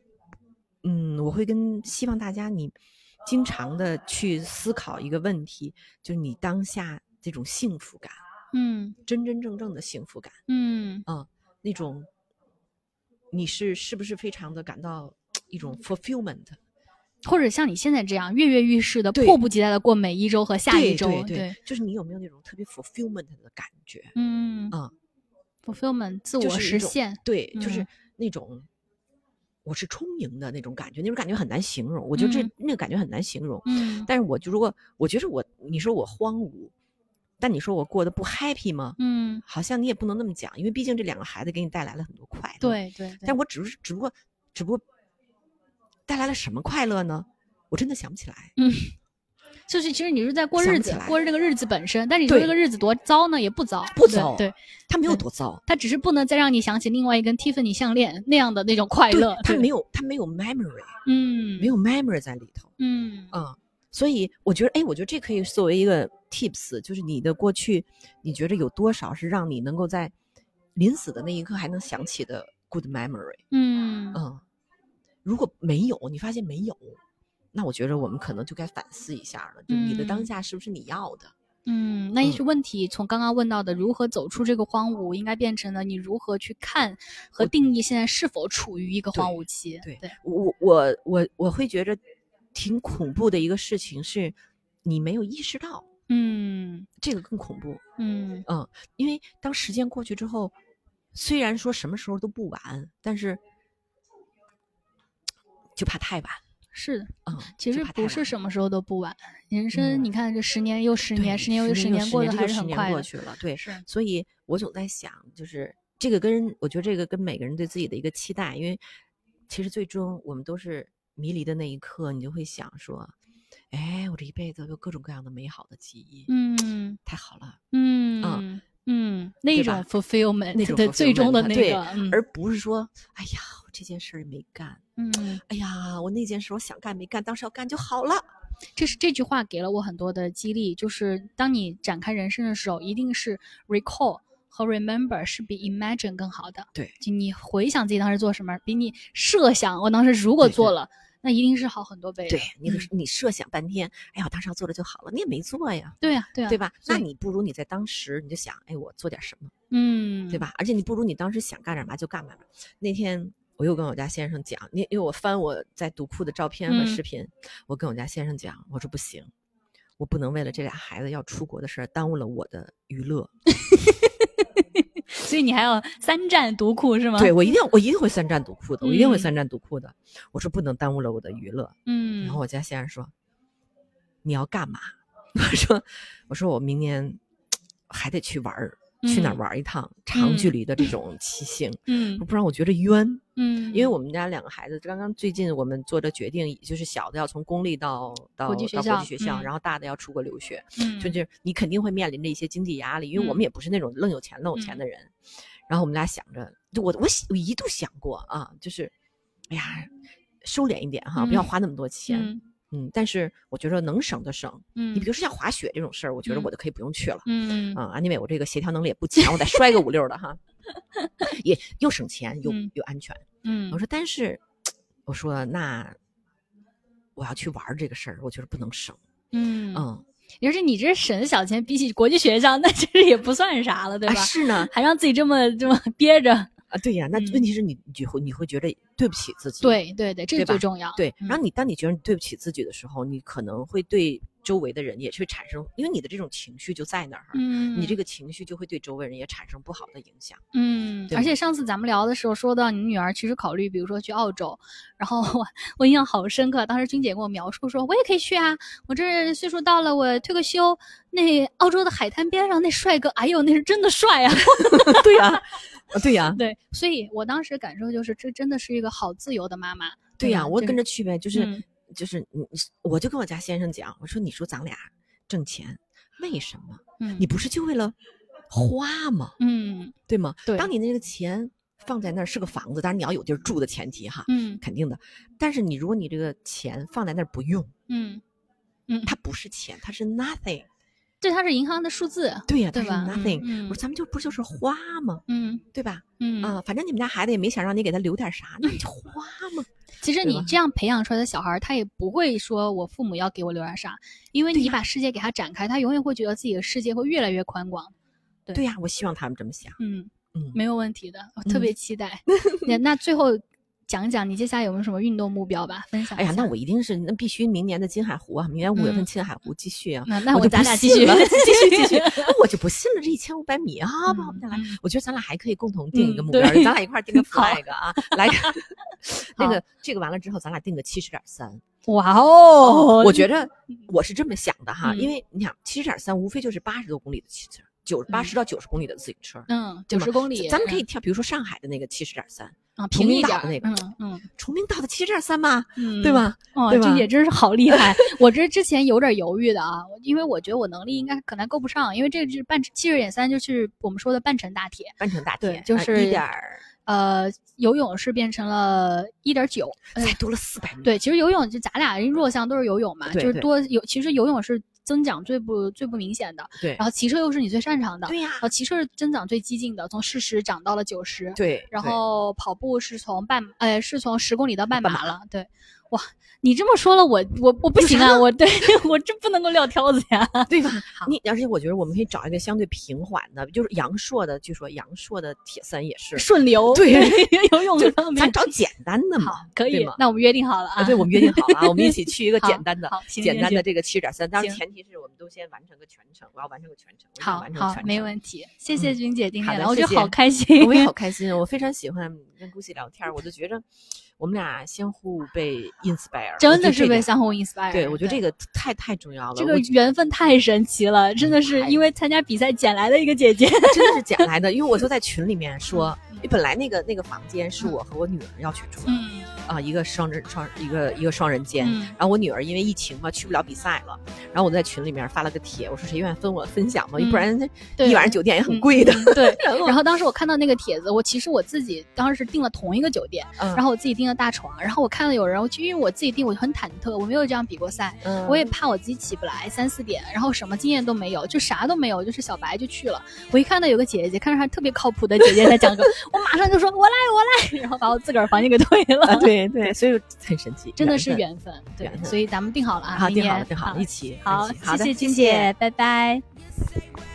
希望大家你经常的去思考一个问题，就是你当下这种幸福感。真真正正的幸福感。那种你是不是非常的感到一种 fulfillment， 或者像你现在这样跃跃欲试的迫不及待的过每一周和下一周。 对，就是你有没有那种特别 fulfillment 的感觉。 fulfillment 自我实现。 对，就是那种我是充盈的那种感觉，那种感觉很难形容。我觉得那个感觉很难形容。但是我觉得你说我荒芜，但你说我过得不 happy 吗？好像你也不能那么讲，因为毕竟这2个孩子给你带来了很多快乐。 对。 但我只不过带来了什么快乐呢？我真的想不起来。 就是其实你是在过日子，过这个日子本身。但你说这个日子多糟呢？也不糟， 不糟。 对， 它没有多糟， 它只是不能再让你想起另外一根 Tiffany 项链那样的那种快乐。 它没有 memory。没有 memory 在里头。所以我觉得这可以作为一个 tips， 就是你的过去，你觉得有多少是让你能够在临死的那一刻还能想起的 good memory。如果没有，你发现没有，那我觉得我们可能就该反思一下了，就你的当下是不是你要的。 那也是问题从刚刚问到的如何走出这个荒芜，应该变成了你如何去看和定义现在是否处于一个荒芜期。对， 我会觉得挺恐怖的一个事情是你没有意识到。这个更恐怖。因为当时间过去之后，虽然说什么时候都不晚，但是就怕太晚。 是的。其实不是什么时候都不晚。人生你看这10年又10年，10年又10年，过得还是很快的。 过去了。对， 是。 所以我总在想，就是我觉得这个跟每个人对自己的一个期待，因为其实最终我们都是迷离的那一刻，你就会想说，哎，我这一辈子有各种各样的美好的记忆。太好了。 那种 fulfillment， 那种最终的那个。 而不是说，哎呀，我这件事没干。哎呀，我那件事我想干没干，当时要干就好了。 这句话给了我很多的激励，就是当你展开人生的时候，一定是 recall 和 remember 是比 imagine 更好的。 对， 就你回想自己当时做什么，比你设想我当时如果做了，那一定是好很多倍的。 对，你设想半天，哎呀，我当时要做了就好了，你也没做呀。 对呀，对呀， 对吧？那你不如你在当时你就想，哎，我做点什么，对吧？而且你不如你当时想干点嘛就干嘛。那天我又跟我家先生讲，因为我翻我在读库的照片和视频，我跟我家先生讲，我说不行，我不能为了这俩孩子要出国的事耽误了我的娱乐。 所以你还要3站读库是吗？ 对，我一定会3站读库的，我一定会3站读库的。我说不能耽误了我的娱乐。然后我家先生说，你要干嘛？我说我明年还得去玩去哪儿玩一趟长距离的这种骑行，不然我觉得冤。因为我们家2个孩子刚刚最近我们做的决定，就是小的要从公立到国际学校，然后大的要出国留学，就是你肯定会面临着一些经济压力，因为我们也不是那种愣有钱的人。然后我们俩想着，我一度想过啊，就是哎呀收敛一点哈，不要花那么多钱。但是我觉得能省的省。你比如说像滑雪这种事儿，我觉得我就可以不用去了。因为我这个协调能力也不强，我得摔个5、6的哈，也又省钱又安全。我说但是我说那我要去玩这个事儿，我觉得不能省。 也就是你这省小钱，比起国际学校，那其实也不算啥了，对吧？ 是呢， 还让自己这么憋着啊？对呀，那问题是你会觉得对不起自己。 对，这是最重要。 对，然后当你觉得你对不起自己的时候，你可能会对周围的人也会产生，因为你的这种情绪就在那儿，你这个情绪就会对周围人也产生不好的影响。 而且上次咱们聊的时候说到你女儿其实考虑比如说去澳洲，然后我印象好深刻，当时君姐跟我描述说我也可以去啊，我这岁数到了，我退个休，那澳洲的海滩边上那帅哥，哎呦那是真的帅啊。 对呀对呀， 对，所以我当时感受就是这真的是一个好自由的妈妈。 对呀，我跟着去呗，就是我就跟我家先生讲，我说你说咱俩挣钱为什么？你不是就为了花吗？对吗？ 对， 当你那个钱放在那儿是个房子，当然你要有地儿住的前提哈，肯定的。但是如果你这个钱放在那儿不用，它不是钱，它是 nothing。 对，它是银行的数字。 对呀， 对吧？ 它是 nothing。我说咱们不就是花吗？对吧？反正你们家孩子也没想让你给他留点啥，那你就花嘛。 其实你这样培养出来的小孩，他也不会说我父母要给我留点啥，因为你把世界给他展开，他永远会觉得自己的世界会越来越宽广。 对呀，我希望他们这么想。 没有问题的，我特别期待。那最后讲讲你接下来有没有什么运动目标吧？分享一下。 哎呀，那我一定是必须明年的金海湖啊，明年5月份金海湖继续啊。 那咱俩继续继续，我就不信了这1500米啊！我觉得咱俩还可以共同定一个目标，咱俩一块定个 flag 啊，来个这个完了之后，咱俩定个70.3。 哇哦！ 我觉得我是这么想的哈，因为你想70.3无非就是80多公里的汽车，80到90公里的自行车 ，90公里， 咱们可以跳，比如说上海的那个70.3。 平一点的那个，崇明岛的70.3嘛，对吧？ 这也真是好厉害。我这之前有点犹豫的啊，因为我觉得我能力应该可能够不上，因为这是70.3，就是我们说的半程大铁。对，就是游泳是变成了1.9， 才多了400米。 对，其实游泳就咱俩弱项都是游泳嘛，就是其实游泳是增长最不明显的。 对， 然后骑车又是你最擅长的。 对呀。 然后骑车是增长最激进的，从40涨到了90。 对。 然后跑步是从10公里到半马了。对。哇，你这么说了，我不行啊，我这不能够撂挑子呀， 对吧？而且我觉得我们可以找一个相对平缓的，就是阳朔的，据说阳朔的铁三也是顺流， 对， 游泳的方面， 咱找简单的嘛， 可以，那我们约定好了啊， 对，我们约定好了啊，我们一起去一个简单的，简单的这个70.3，当然前提是我们都先完成个全程，我要完成个全程， 好，没问题，谢谢君姐今天来， 我觉得好开心， 我也好开心，我非常喜欢跟顾喜聊天，我就觉得我们俩相互被 inspire， 真的是被相互 inspire。 对，我觉得这个太重要了， 这个缘分太神奇了，真的是因为参加比赛捡来的一个姐姐， 真的是捡来的。因为我就在群里面说，本来那个房间是我和我女儿要去住的，一个双人间，然后我女儿因为疫情嘛去不了比赛了，然后我在群里面发了个帖，我说谁愿意分享嘛，不然一晚上酒店也很贵的。 对，然后当时我看到那个帖子，其实我自己当时订了同一个酒店，然后我自己订了大床，然后我看到有人，因为我自己订我很忐忑，我没有这样比过赛，我也怕我自己起不来3、4点，然后什么经验都没有，就啥都没有，就是小白就去了。我一看到有个姐姐，看着还特别靠谱的姐姐在讲课，我马上就说我来，然后把我自个儿房间给退了。 对对，所以很神奇， 真的是缘分。对，所以咱们定好了啊， 好，定好了，一起。 好，谢谢君姐，拜拜。